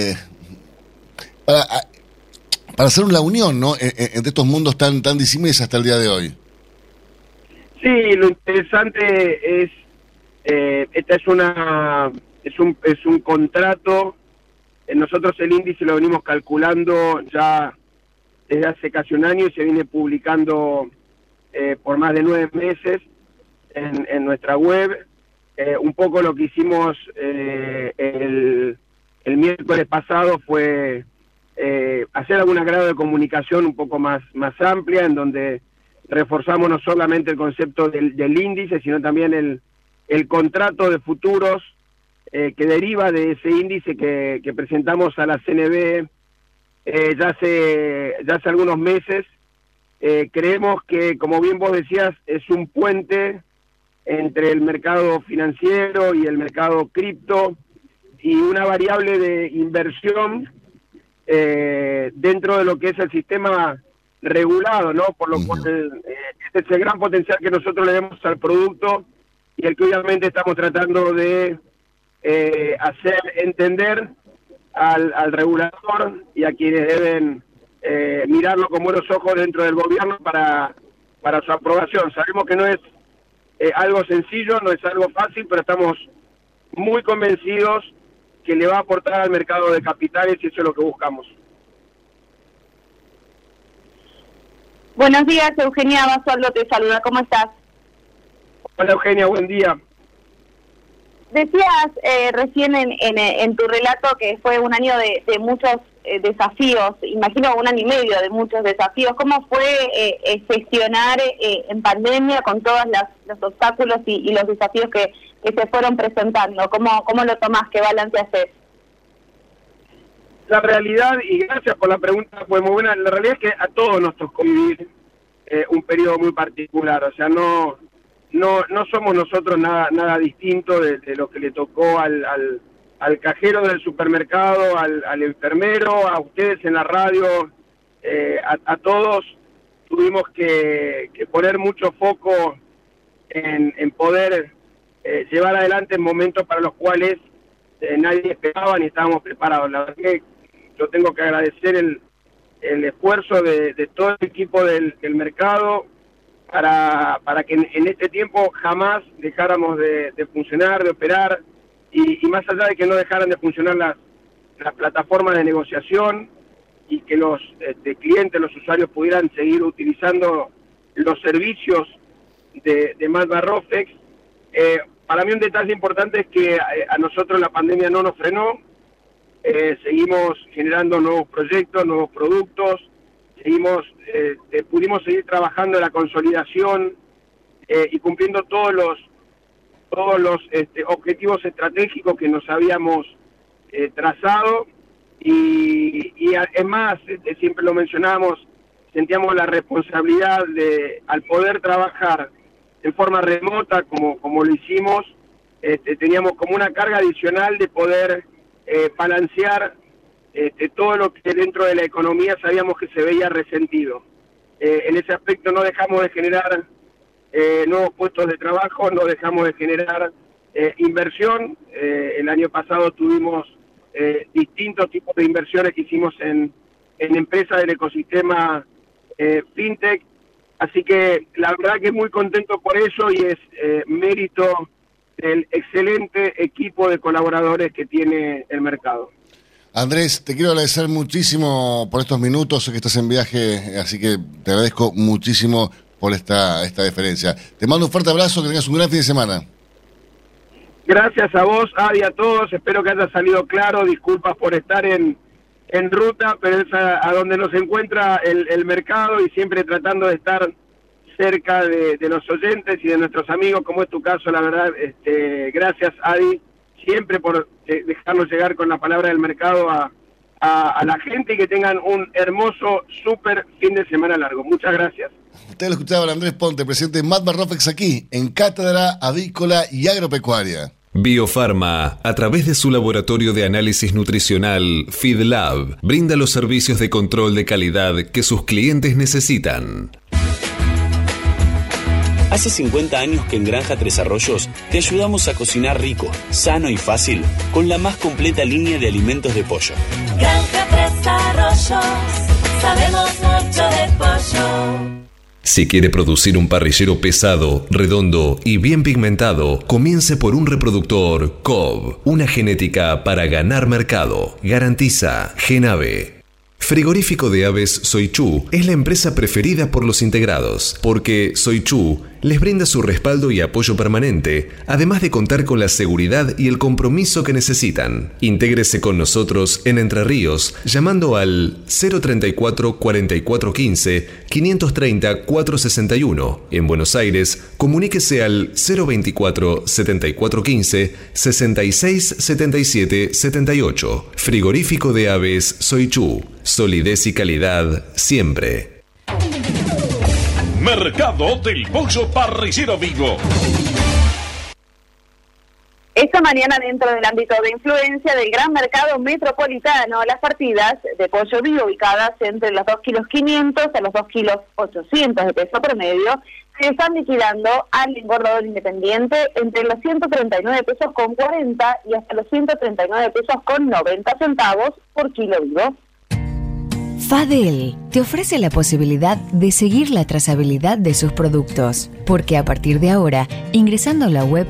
hacer una unión, ¿no? Entre estos mundos tan disímiles hasta el día de hoy.
Sí, lo interesante es esta es un contrato. Nosotros el índice lo venimos calculando ya desde hace casi un año y se viene publicando por más de 9 meses en nuestra web. Un poco lo que hicimos el miércoles pasado fue hacer algún grado de comunicación un poco más amplia, en donde reforzamos no solamente el concepto del índice, sino también el contrato de futuros que deriva de ese índice que presentamos a la CNB ya hace algunos meses. Creemos que, como bien vos decías, es un puente entre el mercado financiero y el mercado cripto, y una variable de inversión dentro de lo que es el sistema regulado, ¿no? Por lo cual este es el gran potencial que nosotros le demos al producto, y el que obviamente estamos tratando de hacer entender al regulador y a quienes deben mirarlo con buenos ojos dentro del gobierno para su aprobación. Sabemos que no es algo sencillo, no es algo fácil, pero estamos muy convencidos que le va a aportar al mercado de capitales, y eso es lo que buscamos.
Buenos días, Eugenia Basualdo te saluda, ¿cómo estás?
Hola Eugenia, buen día.
Decías recién en tu relato que fue un año de muchos desafíos, imagino un año y medio de muchos desafíos. ¿Cómo fue gestionar en pandemia con todos los obstáculos y los desafíos que se fueron presentando? ¿Cómo lo tomás? ¿Qué balance haces?
La realidad, y gracias por la pregunta, fue muy buena, la realidad es que a todos nos tocó vivir un periodo muy particular, o sea, no somos nosotros nada distinto de lo que le tocó al cajero del supermercado, al enfermero, a ustedes en la radio, a todos tuvimos que poner mucho foco en poder llevar adelante momentos para los cuales nadie esperaba ni estábamos preparados. La verdad que yo tengo que agradecer el esfuerzo de todo el equipo del mercado para que en este tiempo jamás dejáramos de funcionar, de operar, y más allá de que no dejaran de funcionar las plataformas de negociación y que los clientes, los usuarios pudieran seguir utilizando los servicios de Madbar Rofex. Para mí un detalle importante es que a nosotros la pandemia no nos frenó. Seguimos generando nuevos proyectos, nuevos productos, pudimos seguir trabajando en la consolidación y cumpliendo todos los objetivos estratégicos que nos habíamos trazado, y es más, siempre lo mencionamos, sentíamos la responsabilidad al poder trabajar en forma remota como lo hicimos, teníamos como una carga adicional de poder balancear todo lo que dentro de la economía sabíamos que se veía resentido. En ese aspecto no dejamos de generar nuevos puestos de trabajo, no dejamos de generar inversión. El año pasado tuvimos distintos tipos de inversiones que hicimos en empresas del ecosistema fintech, así que la verdad que muy contento por eso, y es mérito del excelente equipo de colaboradores que tiene el mercado.
Andrés, te quiero agradecer muchísimo por estos minutos, sé que estás en viaje, así que te agradezco muchísimo por esta deferencia. Te mando un fuerte abrazo, que tengas un gran fin de semana.
Gracias a vos, Adi, a todos, espero que haya salido claro, disculpas por estar en ruta, pero es a donde nos encuentra el mercado, y siempre tratando de estar cerca de los oyentes y de nuestros amigos, como es tu caso, la verdad. Gracias, Adi, siempre por dejarnos llegar con la palabra del mercado a la gente, y que tengan un hermoso, súper fin de semana largo. Muchas gracias.
Ustedes lo escuchaban, Andrés Ponte, presidente de Madbar Rofex, aquí en Cátedra Avícola y Agropecuaria.
Biofarma, a través de su laboratorio de análisis nutricional FeedLab, brinda los servicios de control de calidad que sus clientes necesitan.
Hace 50 años que en Granja Tres Arroyos te ayudamos a cocinar rico, sano y fácil con la más completa línea de alimentos de pollo.
Granja Tres Arroyos, sabemos mucho de pollo.
Si quiere producir un parrillero pesado, redondo y bien pigmentado, comience por un reproductor Cobb, una genética para ganar mercado. Garantiza Genave. Frigorífico de Aves Soichu es la empresa preferida por los integrados, porque Soichu les brinda su respaldo y apoyo permanente, además de contar con la seguridad y el compromiso que necesitan. Intégrese con nosotros en Entre Ríos llamando al 034 44 15 530 461. En Buenos Aires, comuníquese al 024 74 15 66 77 78. Frigorífico de Aves Soichu. Solidez y calidad siempre.
Mercado del Pollo Parrillero Vivo.
Esta mañana, dentro del ámbito de influencia del gran mercado metropolitano, las partidas de pollo vivo ubicadas entre los 2,500 kilos a los 2,800 kilos de peso promedio se están liquidando al engordador independiente entre los 139 pesos con 40 y hasta los 139 pesos con 90 centavos por kilo vivo.
Fadel te ofrece la posibilidad de seguir la trazabilidad de sus productos, porque a partir de ahora, ingresando a la web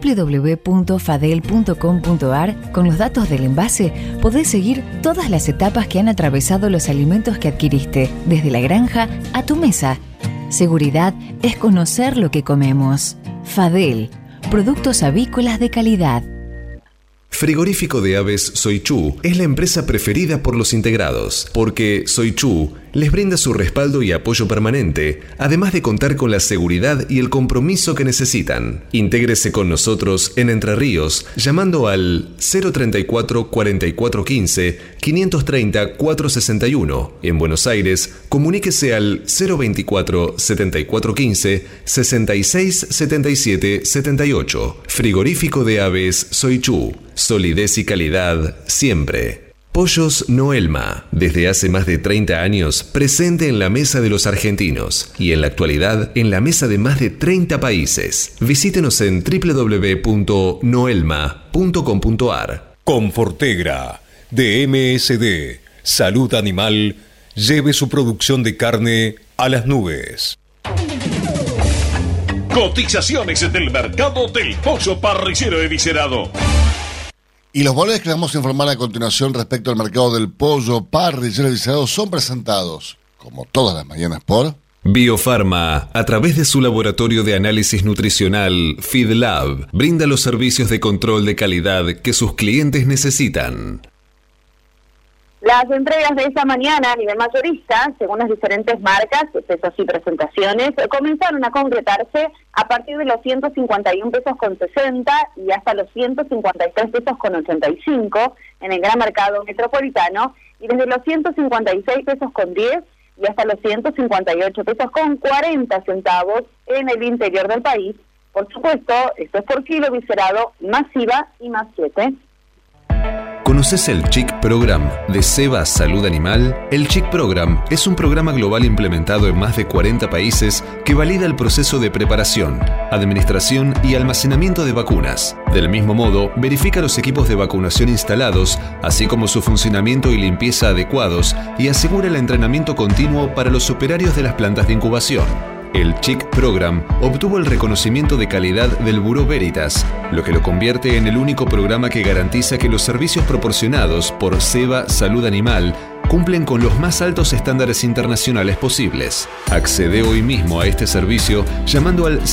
www.fadel.com.ar con los datos del envase, podés seguir todas las etapas que han atravesado los alimentos que adquiriste, desde la granja a tu mesa. Seguridad es conocer lo que comemos. Fadel, productos avícolas de calidad.
Frigorífico de Aves Soichu es la empresa preferida por los integrados, porque Soichu les brinda su respaldo y apoyo permanente, además de contar con la seguridad y el compromiso que necesitan. Intégrese con nosotros en Entre Ríos, llamando al 034 4415 530 461. En Buenos Aires, comuníquese al 024 7415 66 77 78. Frigorífico de Aves Soichu. Solidez y calidad siempre. Pollos Noelma, desde hace más de 30 años presente en la mesa de los argentinos y en la actualidad en la mesa de más de 30 países. Visítenos en www.noelma.com.ar.
Confortegra, de MSD, Salud Animal, lleve su producción de carne a las nubes.
Cotizaciones del mercado del pollo parrillero eviscerado.
Y los valores que les vamos a informar a continuación respecto al mercado del pollo parrillero eviscerado son presentados, como todas las mañanas, por
Biofarma, a través de su laboratorio de análisis nutricional FeedLab, brinda los servicios de control de calidad que sus clientes necesitan.
Las entregas de esta mañana a nivel mayorista, según las diferentes marcas, pesos y presentaciones, comenzaron a concretarse a partir de los 151 pesos con 60 y hasta los 153 pesos con 85 en el gran mercado metropolitano, y desde los 156 pesos con 10 y hasta los 158 pesos con 40 centavos en el interior del país. Por supuesto, esto es por kilo viscerado, más IVA y más 7.
¿Conoces el CHIC Program de Seba Salud Animal? El CHIC Program es un programa global implementado en más de 40 países que valida el proceso de preparación, administración y almacenamiento de vacunas. Del mismo modo, verifica los equipos de vacunación instalados, así como su funcionamiento y limpieza adecuados, y asegura el entrenamiento continuo para los operarios de las plantas de incubación. El CHIC Program obtuvo el reconocimiento de calidad del Buró Veritas, lo que lo convierte en el único programa que garantiza que los servicios proporcionados por Seba Salud Animal cumplen con los más altos estándares internacionales posibles. Accede hoy mismo a este servicio llamando al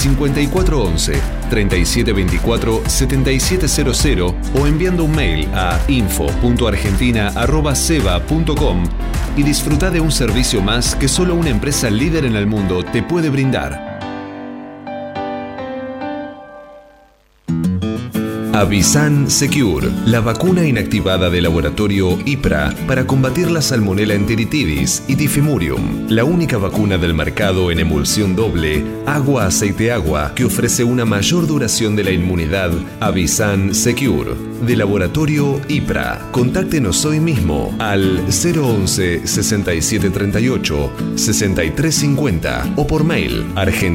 5411-3724-7700 o enviando un mail a info.argentina@seba.com y disfruta de un servicio más que solo una empresa líder en el mundo te puede brindar. Avisan Secure, la vacuna inactivada de laboratorio IPRA para combatir la Salmonella enteritidis y Tifimurium, la única vacuna del mercado en emulsión doble, agua-aceite-agua, que ofrece una mayor duración de la inmunidad. Avisan Secure, de laboratorio IPRA. Contáctenos hoy mismo al 011 6738 6350 o por mail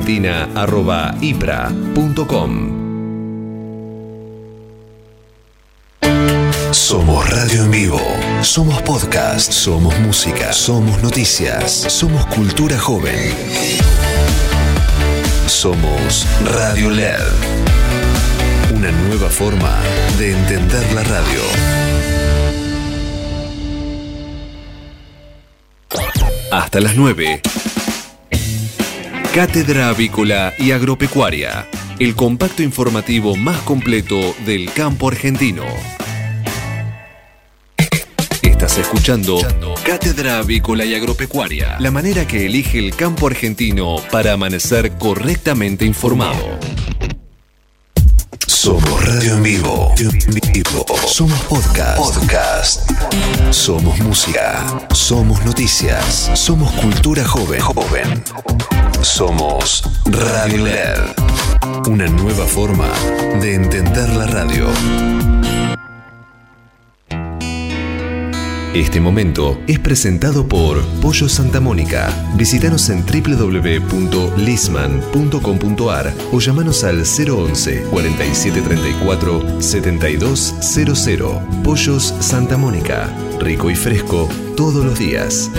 argentina@ipra.com. Somos radio en vivo, somos podcast, somos música, somos noticias, somos cultura joven. Somos Radio LED. Una nueva forma de entender la radio. Hasta las 9. Cátedra Avícola y Agropecuaria, el compacto informativo más completo del campo argentino. Estás escuchando Cátedra Avícola y Agropecuaria, la manera que elige el campo argentino para amanecer correctamente informado. Somos radio en vivo. Somos podcast. Somos música. Somos noticias. Somos cultura joven. Somos Radio LED. Una nueva forma de entender la radio. Este momento es presentado por Pollo Santa Mónica. Visítanos en www.lisman.com.ar o llamanos al 011 4734 7200. Pollos Santa Mónica. Rico y fresco todos los días.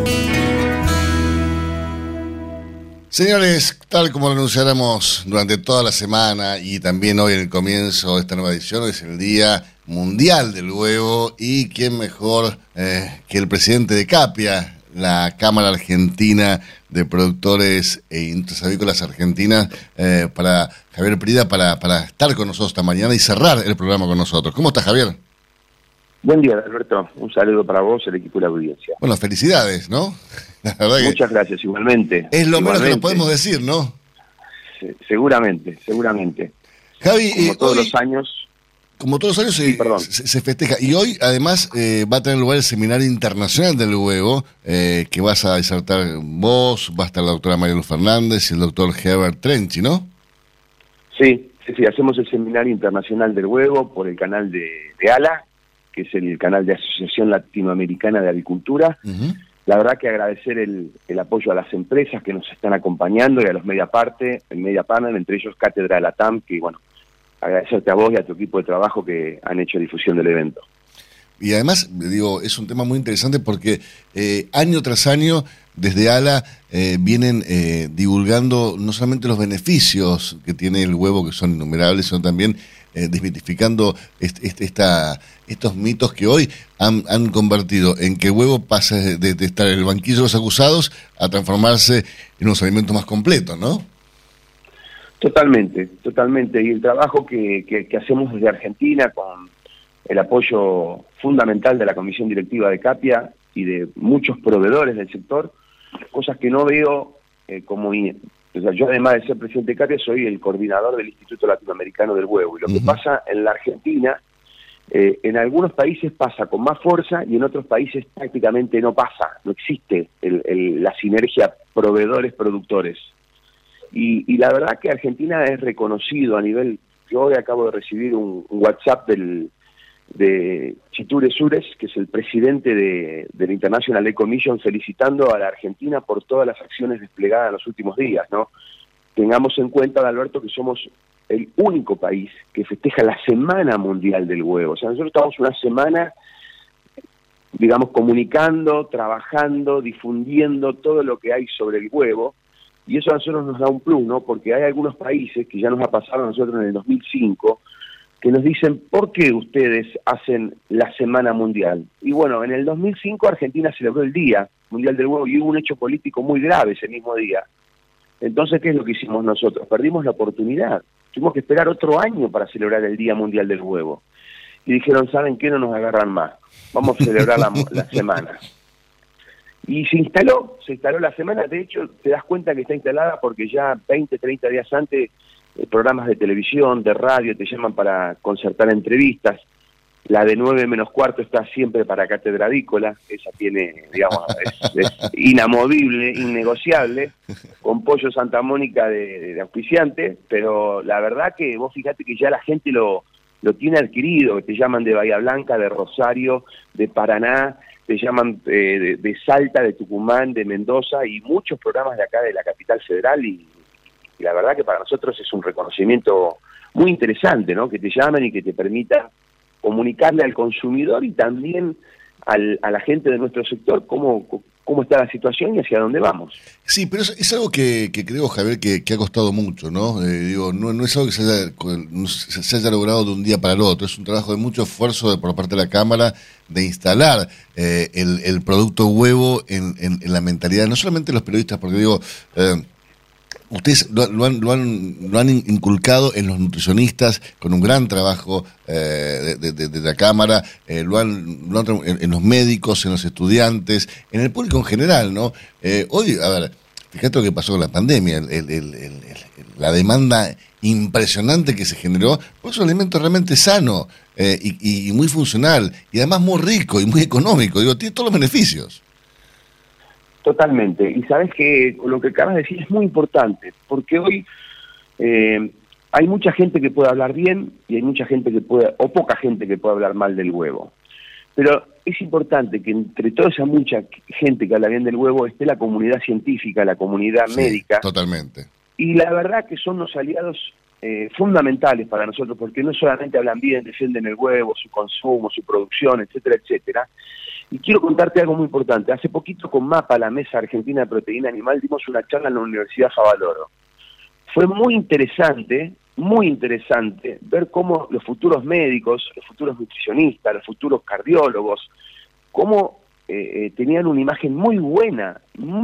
Señores, tal como lo anunciáramos durante toda la semana y también hoy en el comienzo de esta nueva edición, hoy es el Día Mundial del Huevo, y quién mejor que el presidente de Capia, la Cámara Argentina de Productores e Industrias Avícolas Argentinas, para Javier Prida, para estar con nosotros esta mañana y cerrar el programa con nosotros. ¿Cómo estás, Javier?
Buen día, Alberto. Un saludo para vos, el equipo y la audiencia.
Bueno, felicidades, ¿no? La verdad que
muchas gracias, igualmente.
Es lo menos que nos podemos decir, ¿no?
Seguramente.
Javi,
como todos los años...
Como todos los años se festeja. Y hoy, además, va a tener lugar el Seminario Internacional del Huevo, que vas a disertar vos, va a estar la doctora María Luz Fernández y el doctor Herbert Trenchi, ¿no?
Sí, hacemos el Seminario Internacional del Huevo por el canal de ALA, que es el canal de Asociación Latinoamericana de Agricultura. Uh-huh. La verdad que agradecer el apoyo a las empresas que nos están acompañando y a los media partner, entre ellos Cátedra Latam, que bueno, agradecerte a vos y a tu equipo de trabajo que han hecho difusión del evento.
Y además, digo, es un tema muy interesante porque año tras año, desde ALA, vienen divulgando no solamente los beneficios que tiene el huevo, que son innumerables, sino también desmitificando estos mitos que hoy han convertido en que el huevo pasa de estar en el banquillo de los acusados a transformarse en unos alimentos más completos, ¿no?
Totalmente. Y el trabajo que hacemos desde Argentina con el apoyo fundamental de la Comisión Directiva de Capia y de muchos proveedores del sector, cosas que no veo o sea, yo además de ser presidente de Capia soy el coordinador del Instituto Latinoamericano del Huevo. Y lo que pasa en la Argentina, en algunos países pasa con más fuerza y en otros países prácticamente no pasa, no existe la sinergia proveedores-productores. Y la verdad que Argentina es reconocido a nivel... Yo hoy acabo de recibir un WhatsApp de Chiture Sures, que es el presidente del International Egg Commission, felicitando a la Argentina por todas las acciones desplegadas en los últimos días, ¿no? Tengamos en cuenta, Alberto, que somos el único país que festeja la Semana Mundial del Huevo. O sea, nosotros estamos una semana, digamos, comunicando, trabajando, difundiendo todo lo que hay sobre el huevo, y eso a nosotros nos da un plus, ¿no? Porque hay algunos países, que ya nos ha pasado a nosotros en el 2005, que nos dicen, ¿por qué ustedes hacen la Semana Mundial? Y bueno, en el 2005 Argentina celebró el Día Mundial del Huevo y hubo un hecho político muy grave ese mismo día. Entonces, ¿qué es lo que hicimos nosotros? Perdimos la oportunidad. Tuvimos que esperar otro año para celebrar el Día Mundial del Huevo. Y dijeron, ¿saben qué? No nos agarran más. Vamos a celebrar la semana. Y se instaló la semana. De hecho, te das cuenta que está instalada porque ya 20, 30 días antes programas de televisión, de radio, te llaman para concertar entrevistas. La de 9 menos cuarto está siempre para Cátedra Avícola, esa tiene, digamos, es inamovible, innegociable, con Pollo Santa Mónica de auspiciante, pero la verdad que vos fíjate que ya la gente lo tiene adquirido, te llaman de Bahía Blanca, de Rosario, de Paraná, te llaman de Salta, de Tucumán, de Mendoza, y muchos programas de acá de la capital federal, y la verdad que para nosotros es un reconocimiento muy interesante, ¿no? Que te llamen y que te permita comunicarle al consumidor y también a la gente de nuestro sector cómo está la situación y hacia dónde vamos.
Sí, pero es algo que creo, Javier, que ha costado mucho, ¿no? No es algo que se haya logrado de un día para el otro, es un trabajo de mucho esfuerzo por parte de la Cámara de instalar el producto huevo en la mentalidad, no solamente de los periodistas, porque ustedes lo han inculcado en los nutricionistas con un gran trabajo de la Cámara, lo han en los médicos, en los estudiantes, en el público en general, ¿no? Hoy, a ver, fíjate lo que pasó con la pandemia, la demanda impresionante que se generó, pues es un alimento realmente sano y muy funcional, y además muy rico y muy económico, tiene todos los beneficios.
Totalmente. Y sabes que lo que acabas de decir es muy importante, porque hoy hay mucha gente que puede hablar bien y hay mucha gente o poca gente que puede hablar mal del huevo. Pero es importante que entre toda esa mucha gente que habla bien del huevo esté la comunidad científica, la comunidad médica.
Totalmente.
Y la verdad que son los aliados fundamentales para nosotros, porque no solamente hablan bien, defienden el huevo, su consumo, su producción, etcétera, etcétera. Y quiero contarte algo muy importante. Hace poquito con MAPA, la Mesa Argentina de Proteína Animal, dimos una charla en la Universidad Favaloro. Fue muy interesante ver cómo los futuros médicos, los futuros nutricionistas, los futuros cardiólogos, cómo tenían una imagen muy buena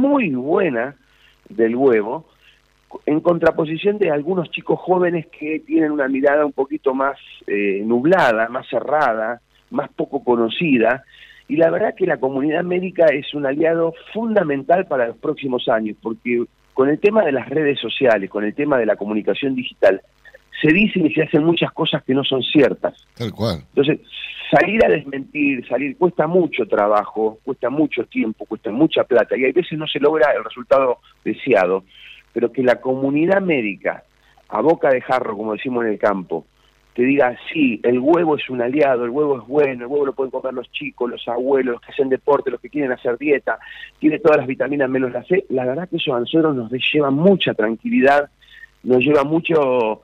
del huevo, en contraposición de algunos chicos jóvenes que tienen una mirada un poquito más nublada, más cerrada, más poco conocida, y la verdad que la comunidad médica es un aliado fundamental para los próximos años, porque con el tema de las redes sociales, con el tema de la comunicación digital, se dicen y se hacen muchas cosas que no son ciertas.
Tal cual.
Entonces, salir a desmentir, cuesta mucho trabajo, cuesta mucho tiempo, cuesta mucha plata, y hay veces no se logra el resultado deseado, pero que la comunidad médica, a boca de jarro, como decimos en el campo, te diga, sí, el huevo es un aliado, el huevo es bueno, el huevo lo pueden comer los chicos, los abuelos, los que hacen deporte, los que quieren hacer dieta, tiene todas las vitaminas menos la C, la verdad que eso a nosotros nos lleva mucha tranquilidad, nos lleva mucho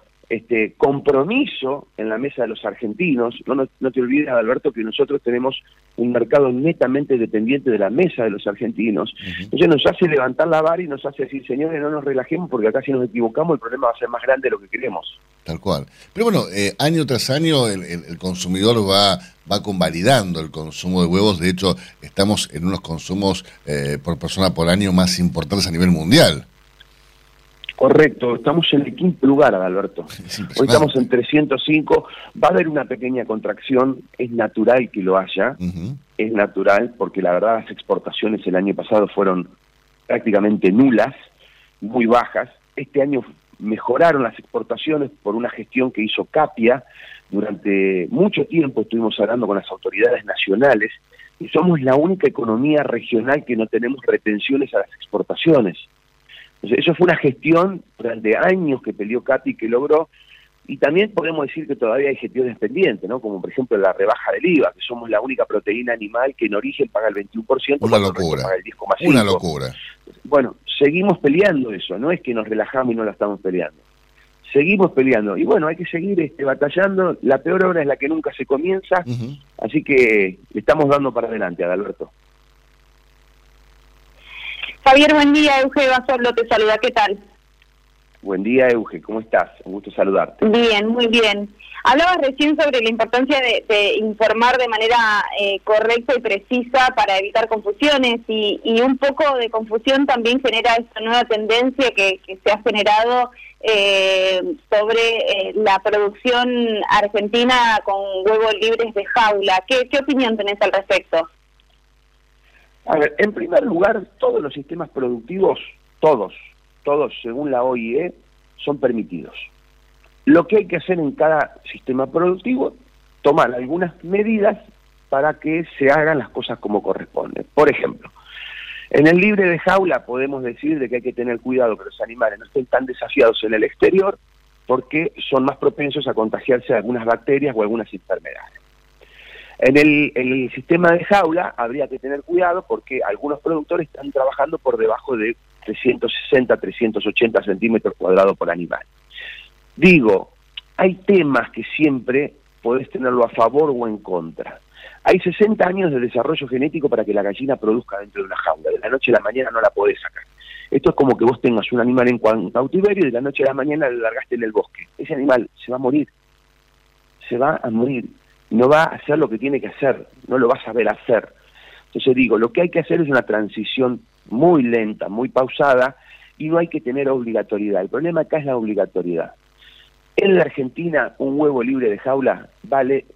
compromiso en la mesa de los argentinos. No te olvides, Alberto, que nosotros tenemos un mercado netamente dependiente de la mesa de los argentinos. Entonces nos hace levantar la vara y nos hace decir, señores, no nos relajemos porque acá si nos equivocamos el problema va a ser más grande de lo que queremos.
Tal cual. Pero bueno, año tras año el consumidor va convalidando el consumo de huevos. De hecho, estamos en unos consumos por persona por año más importantes a nivel mundial.
Correcto, estamos en el 5º lugar, Alberto. Hoy estamos en 305, va a haber una pequeña contracción, es natural que lo haya, es natural, porque la verdad las exportaciones el año pasado fueron prácticamente nulas, muy bajas. Este año mejoraron las exportaciones por una gestión que hizo Capia. Durante mucho tiempo estuvimos hablando con las autoridades nacionales y somos la única economía regional que no tenemos retenciones a las exportaciones. Entonces, eso fue una gestión durante años que peleó Capi y que logró, y también podemos decir que todavía hay gestiones pendientes, ¿no? Como por ejemplo la rebaja del IVA, que somos la única proteína animal que en origen paga el 21%,
una locura,
paga el 10,5%.
Una locura.
Bueno, seguimos peleando eso, no es que nos relajamos y no la estamos peleando. Seguimos peleando, y bueno, hay que seguir batallando, la peor obra es la que nunca se comienza, así que le estamos dando para adelante, Adalberto.
Javier, buen día, Euge Basorlo te saluda, ¿qué tal?
Buen día, Euge, ¿cómo estás? Un gusto saludarte.
Bien, muy bien. Hablabas recién sobre la importancia de informar de manera correcta y precisa para evitar confusiones, y un poco de confusión también genera esta nueva tendencia que se ha generado sobre la producción argentina con huevos libres de jaula. ¿Qué opinión tenés al respecto?
A ver, en primer lugar, todos los sistemas productivos, todos, según la OIE, son permitidos. Lo que hay que hacer en cada sistema productivo, tomar algunas medidas para que se hagan las cosas como corresponde. Por ejemplo, en el libre de jaula podemos decir de que hay que tener cuidado que los animales no estén tan desafiados en el exterior porque son más propensos a contagiarse de algunas bacterias o algunas enfermedades. En el sistema de jaula habría que tener cuidado porque algunos productores están trabajando por debajo de 360, 380 centímetros cuadrados por animal. Digo, hay temas que siempre podés tenerlo a favor o en contra. Hay 60 años de desarrollo genético para que la gallina produzca dentro de una jaula. De la noche a la mañana no la podés sacar. Esto es como que vos tengas un animal en cautiverio y de la noche a la mañana lo largaste en el bosque. Ese animal se va a morir. Se va a morir. No va a hacer lo que tiene que hacer, no lo va a saber hacer. Entonces digo, lo que hay que hacer es una transición muy lenta, muy pausada, y no hay que tener obligatoriedad. El problema acá es la obligatoriedad. En la Argentina, un huevo libre de jaula vale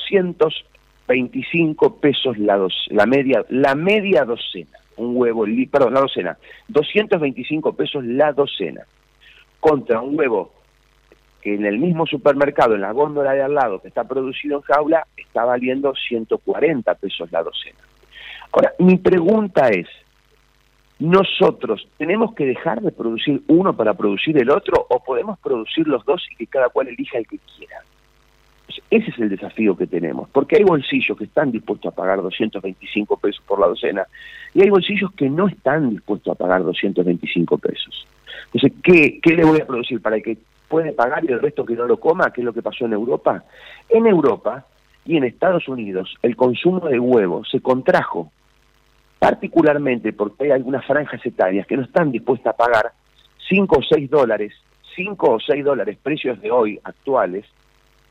225 pesos la media docena. La docena. 225 pesos la docena. Contra un huevo que en el mismo supermercado, en la góndola de al lado, que está producido en jaula, está valiendo 140 pesos la docena. Ahora, mi pregunta es, ¿nosotros tenemos que dejar de producir uno para producir el otro, o podemos producir los dos y que cada cual elija el que quiera? Pues ese es el desafío que tenemos, porque hay bolsillos que están dispuestos a pagar 225 pesos por la docena, y hay bolsillos que no están dispuestos a pagar 225 pesos. Entonces, ¿qué le voy a producir para el que puede pagar y el resto que no lo coma? ¿Qué es lo que pasó en Europa? En Europa y en Estados Unidos el consumo de huevo se contrajo, particularmente porque hay algunas franjas etarias que no están dispuestas a pagar 5 o 6 dólares, precios de hoy actuales,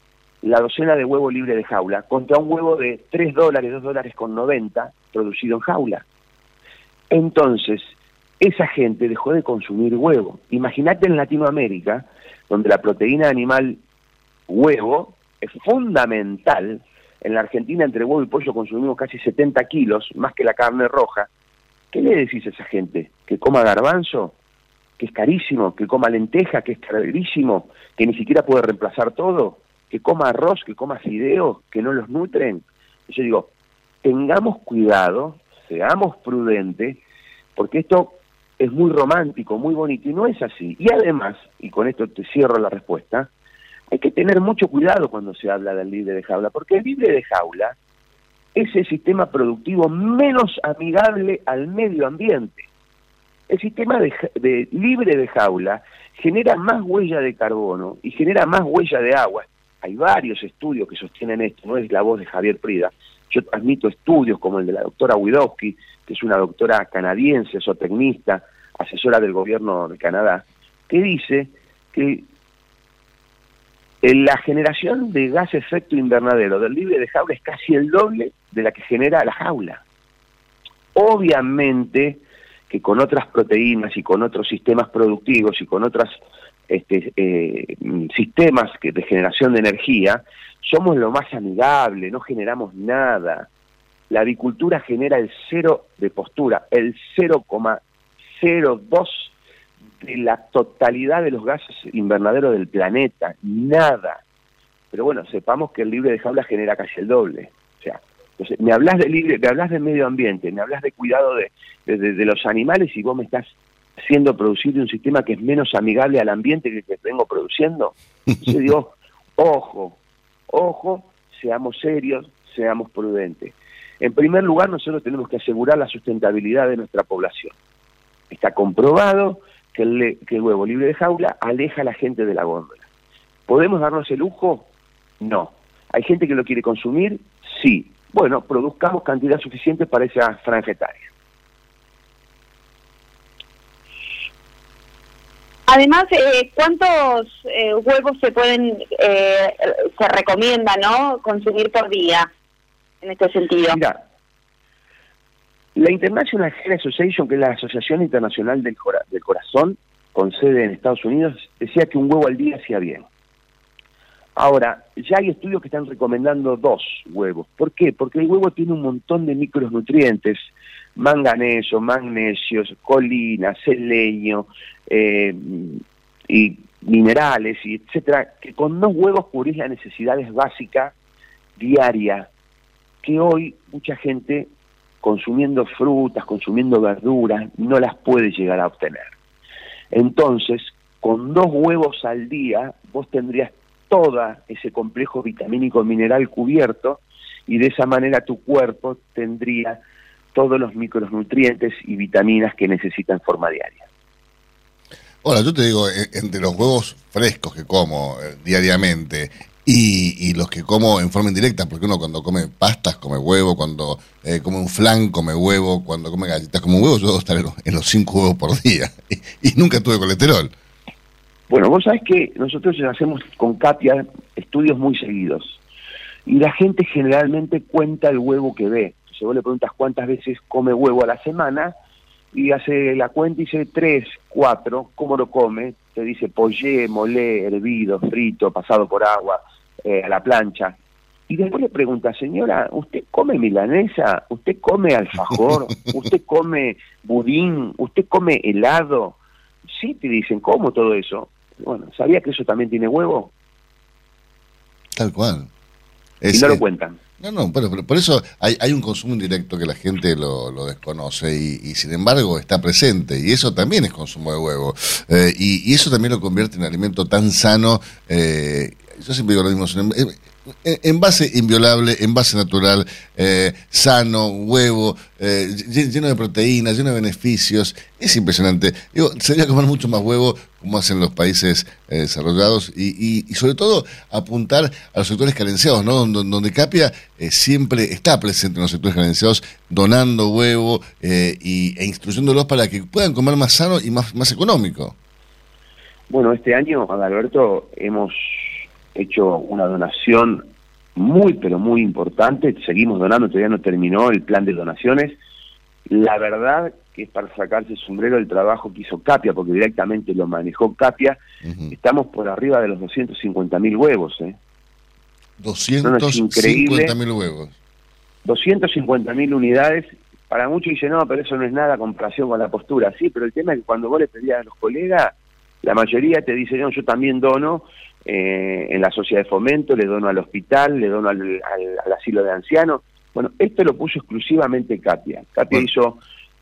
la docena de huevo libre de jaula contra un huevo de $3, $2.90 producido en jaula. Entonces, esa gente dejó de consumir huevo. Imagínate en Latinoamérica, donde la proteína animal huevo es fundamental. En la Argentina, entre huevo y pollo consumimos casi 70 kilos, más que la carne roja. ¿Qué le decís a esa gente? ¿Que coma garbanzo? ¿Que es carísimo? ¿Que coma lenteja? ¿Que es carísimo? ¿Que ni siquiera puede reemplazar todo? ¿Que coma arroz? ¿Que coma fideos? ¿Que no los nutren? Yo digo, tengamos cuidado, seamos prudentes, porque esto es muy romántico, muy bonito, y no es así. Y además, y con esto te cierro la respuesta, hay que tener mucho cuidado cuando se habla del libre de jaula, porque el libre de jaula es el sistema productivo menos amigable al medio ambiente. El sistema de libre de jaula genera más huella de carbono y genera más huella de agua. Hay varios estudios que sostienen esto, no es la voz de Javier Prida. Yo transmito estudios como el de la doctora Widowski, que es una doctora canadiense, zootecnista, asesora del gobierno de Canadá, que dice que la generación de gas efecto invernadero del libre de jaula es casi el doble de la que genera la jaula. Obviamente que con otras proteínas y con otros sistemas productivos y con otros sistemas de generación de energía, somos lo más amigable, no generamos nada. La avicultura genera el 0 de postura, el 0,02 de la totalidad de los gases invernaderos del planeta, nada. Pero bueno, sepamos que el libre de jaula genera casi el doble. O sea, entonces, me hablas de medio ambiente, me hablas de cuidado de los animales y vos me estás haciendo producir de un sistema que es menos amigable al ambiente que vengo produciendo. Yo digo, ojo, seamos serios, seamos prudentes. En primer lugar, nosotros tenemos que asegurar la sustentabilidad de nuestra población. Está comprobado que el huevo libre de jaula aleja a la gente de la góndola. ¿Podemos darnos el lujo? No. ¿Hay gente que lo quiere consumir? Sí. Bueno, produzcamos cantidad suficiente para esa franja etaria.
Además, ¿cuántos huevos se recomienda, ¿no?, consumir por día en este sentido?
Mira, la International Heart Association, que es la Asociación Internacional del Corazón, con sede en Estados Unidos, decía que un huevo al día hacía bien. Ahora, ya hay estudios que están recomendando 2 huevos. ¿Por qué? Porque el huevo tiene un montón de micronutrientes, manganeso, magnesio, colina, selenio, y minerales, y etcétera, que con 2 huevos cubrís las necesidades básicas diarias, que hoy mucha gente, consumiendo frutas, consumiendo verduras, no las puede llegar a obtener. Entonces, con 2 huevos al día, vos tendrías todo ese complejo vitamínico mineral cubierto, y de esa manera tu cuerpo tendría todos los micronutrientes y vitaminas que necesita en forma diaria.
Ahora, yo te digo, entre los huevos frescos que como diariamente y los que como en forma indirecta, porque uno cuando come pastas come huevo, cuando come un flan come huevo, cuando come galletas come huevo, yo debo estar en los 5 huevos por día y nunca tuve colesterol.
Bueno, vos sabés que nosotros hacemos con Katia estudios muy seguidos y la gente generalmente cuenta el huevo que ve. Entonces vos le preguntas cuántas veces come huevo a la semana y hace la cuenta y dice 3, 4, ¿cómo lo come? Te dice pollé, molé, hervido, frito, pasado por agua, a la plancha. Y después le pregunta, señora, ¿usted come milanesa? ¿Usted come alfajor? ¿Usted come budín? ¿Usted come helado? Sí, te dicen, ¿cómo todo eso? Bueno, ¿sabía que eso también tiene huevo?
Tal cual.
Y no lo cuentan.
No, pero por eso hay un consumo indirecto que la gente lo desconoce y sin embargo está presente, y eso también es consumo de huevo, y eso también lo convierte en alimento tan sano. Yo siempre digo lo mismo, en base inviolable, en base natural, sano, huevo, lleno de proteínas, lleno de beneficios. Es impresionante. Digo, sería comer mucho más huevo como hacen los países desarrollados y sobre todo apuntar a los sectores carenciados, ¿no? Donde Capia siempre está presente en los sectores carenciados, donando huevo e instruyéndolos para que puedan comer más sano y más económico.
Bueno, este año, Adalberto, hemos hecho una donación muy, pero muy importante. Seguimos donando, todavía no terminó el plan de donaciones. La verdad que es para sacarse el sombrero el trabajo que hizo Capia, porque directamente lo manejó Capia. Estamos por arriba de los 250.000 huevos.
250.000 huevos.
250.000 unidades. Para muchos dicen, no, pero eso no es nada comparación con la postura. Sí, pero el tema es que cuando vos le pedías a los colegas, la mayoría te dice, no, yo también dono en la sociedad de fomento, le dono al hospital, le dono al asilo de ancianos. Bueno, esto lo puso exclusivamente Capia. Capia hizo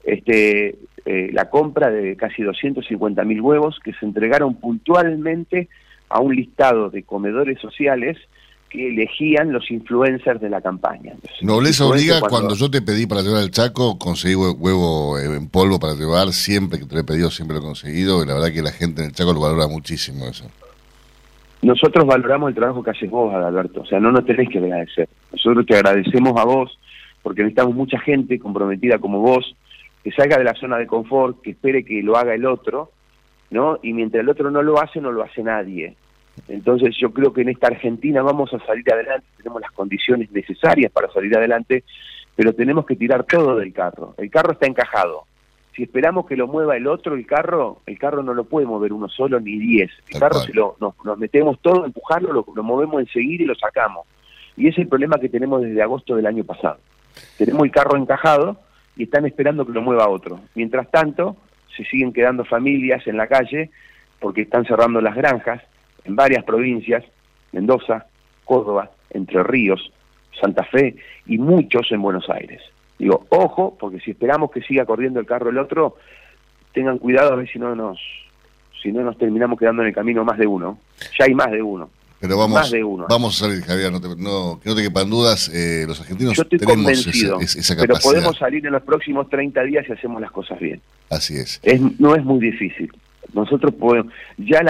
la compra de casi 250.000 huevos que se entregaron puntualmente a un listado de comedores sociales que elegían los influencers de la campaña. Entonces,
Nobleza obliga, cuando yo te pedí para llevar al Chaco, conseguí huevo en polvo para llevar, siempre que te lo he pedido, siempre lo he conseguido, y la verdad que la gente en el Chaco lo valora muchísimo eso.
Nosotros valoramos el trabajo que haces vos, Adalberto, o sea, no nos tenés que agradecer. Nosotros te agradecemos a vos, porque necesitamos mucha gente comprometida como vos, que salga de la zona de confort, que espere que lo haga el otro, ¿no? Y mientras el otro no lo hace nadie. Entonces yo creo que en esta Argentina vamos a salir adelante, tenemos las condiciones necesarias para salir adelante, pero tenemos que tirar todo del carro. El carro está encajado. Si esperamos que lo mueva el otro, el carro no lo puede mover uno solo ni 10. El carro nos metemos todo, empujarlo, lo movemos enseguida y lo sacamos. Y ese es el problema que tenemos desde agosto del año pasado. Tenemos el carro encajado y están esperando que lo mueva otro. Mientras tanto, se siguen quedando familias en la calle porque están cerrando las granjas en varias provincias, Mendoza, Córdoba, Entre Ríos, Santa Fe y muchos en Buenos Aires. Digo, ojo, porque si esperamos que siga corriendo el carro el otro, tengan cuidado a ver si no nos terminamos quedando en el camino más de uno. Ya hay más de uno.
Pero vamos a salir, Javier, que no te quepan dudas, los argentinos tenemos esa capacidad.
Pero podemos salir en los próximos 30 días si hacemos las cosas bien.
Así es.
No es muy difícil. Nosotros podemos, ya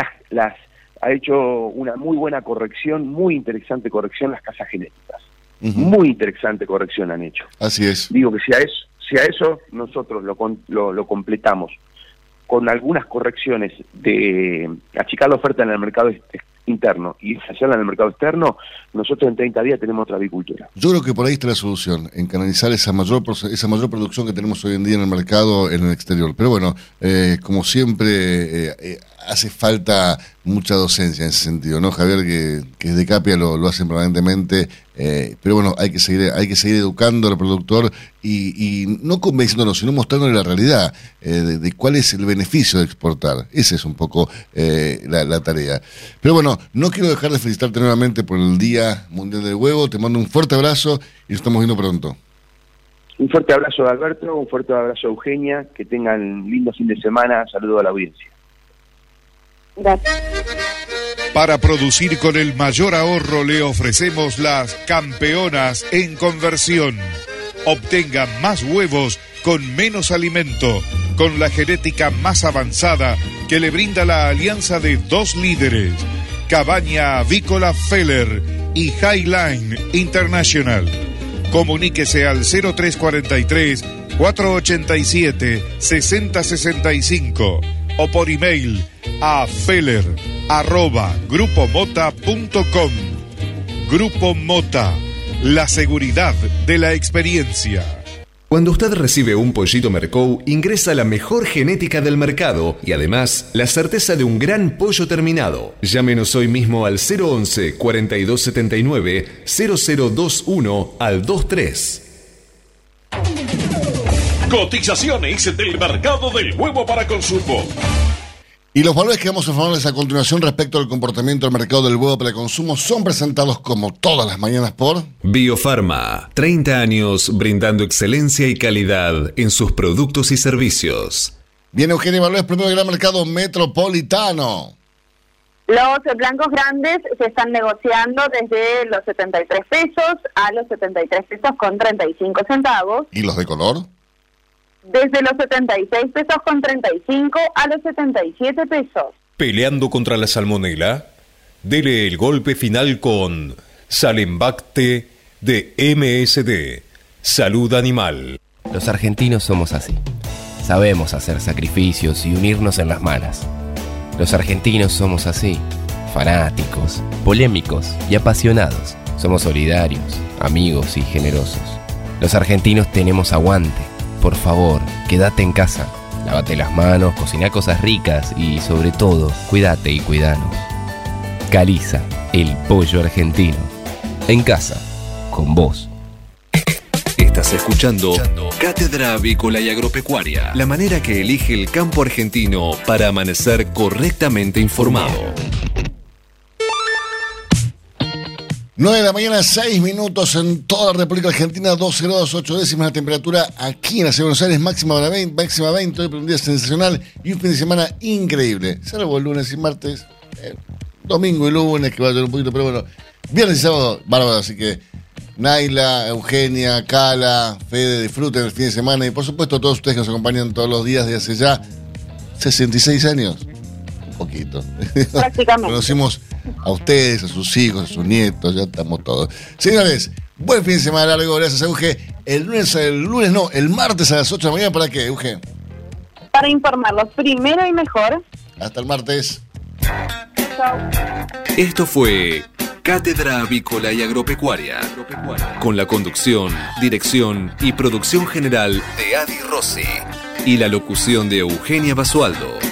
ha hecho una muy buena corrección, muy interesante corrección las casas genéticas. Muy interesante corrección han hecho.
Así es.
Digo que si a eso nosotros lo completamos con algunas correcciones de achicar la oferta en el mercado interno y hacerla en el mercado externo, nosotros en 30 días tenemos otra avicultura.
Yo creo que por ahí está la solución, en canalizar esa mayor producción que tenemos hoy en día en el mercado en el exterior. Pero bueno, como siempre, hace falta mucha docencia en ese sentido, ¿no, Javier? Que desde Capia lo hacen permanentemente, pero bueno, hay que seguir educando al productor y no convenciéndolo, sino mostrándole la realidad de cuál es el beneficio de exportar. Esa es un poco la tarea. Pero bueno, no quiero dejar de felicitarte nuevamente por el Día Mundial del Huevo. Te mando un fuerte abrazo y nos estamos viendo pronto.
Un fuerte abrazo a Alberto, un fuerte abrazo a Eugenia, que tengan lindo fin de semana. Saludo a la audiencia.
Gracias.
Para producir con el mayor ahorro le ofrecemos las campeonas en conversión. Obtenga más huevos con menos alimento, con la genética más avanzada que le brinda la alianza de dos líderes, Cabaña Avícola Feller y Highline International. Comuníquese al 0343 487 6065 o por email a feller@grupomota.com. Grupo Mota, la seguridad de la experiencia.
Cuando usted recibe un pollito Mercou, ingresa la mejor genética del mercado y además la certeza de un gran pollo terminado. Llámenos hoy mismo al 011 4279 0021 al 23.
Cotizaciones del mercado del huevo para consumo.
Y los valores que vamos a informarles a continuación respecto al comportamiento del mercado del huevo para consumo son presentados como todas las mañanas por
Biofarma, 30 años brindando excelencia y calidad en sus productos y servicios.
Bien, Eugenia, valores primero del gran mercado metropolitano.
Los blancos grandes se están negociando desde los 73 pesos a los 73 pesos con 35 centavos.
¿Y los de color?
Desde los 76 pesos con 35 a los 77 pesos.
Peleando contra la salmonela, dele el golpe final con Salembacte de MSD, Salud Animal.
Los argentinos somos así. Sabemos hacer sacrificios y unirnos en las malas. Los argentinos somos así. fanáticos, polémicos y apasionados. Somos solidarios, amigos y generosos. Los argentinos tenemos aguante. Por favor, quédate en casa. Lávate las manos, cocina cosas ricas y, sobre todo, cuídate y cuidanos. Caliza, el pollo argentino. En casa, con vos.
Estás escuchando Cátedra Avícola y Agropecuaria, la manera que elige el campo argentino para amanecer correctamente informado.
9 de la mañana, 6 minutos en toda la República Argentina, 12 grados 8 décimas la temperatura aquí en la Ciudad de Buenos Aires, máxima 20, hoy por un día sensacional y un fin de semana increíble, salvo el lunes y martes, domingo y lunes que va a tener un poquito, pero bueno, viernes y sábado, bárbaro, así que Naila, Eugenia, Cala, Fede, disfruten el fin de semana y por supuesto todos ustedes que nos acompañan todos los días de hace ya 66 años, un poquito.
Prácticamente.
Conocimos a ustedes, a sus hijos, a sus nietos, ya estamos todos. Señores, buen fin de semana largo, gracias a Euge. El martes a las 8 de la mañana, ¿para qué, Euge?
Para informarlos primero y mejor.
Hasta el martes.
Chao.
Esto fue Cátedra Avícola y Agropecuaria, con la conducción, dirección y producción general de Adi Rossi y la locución de Eugenia Basualdo.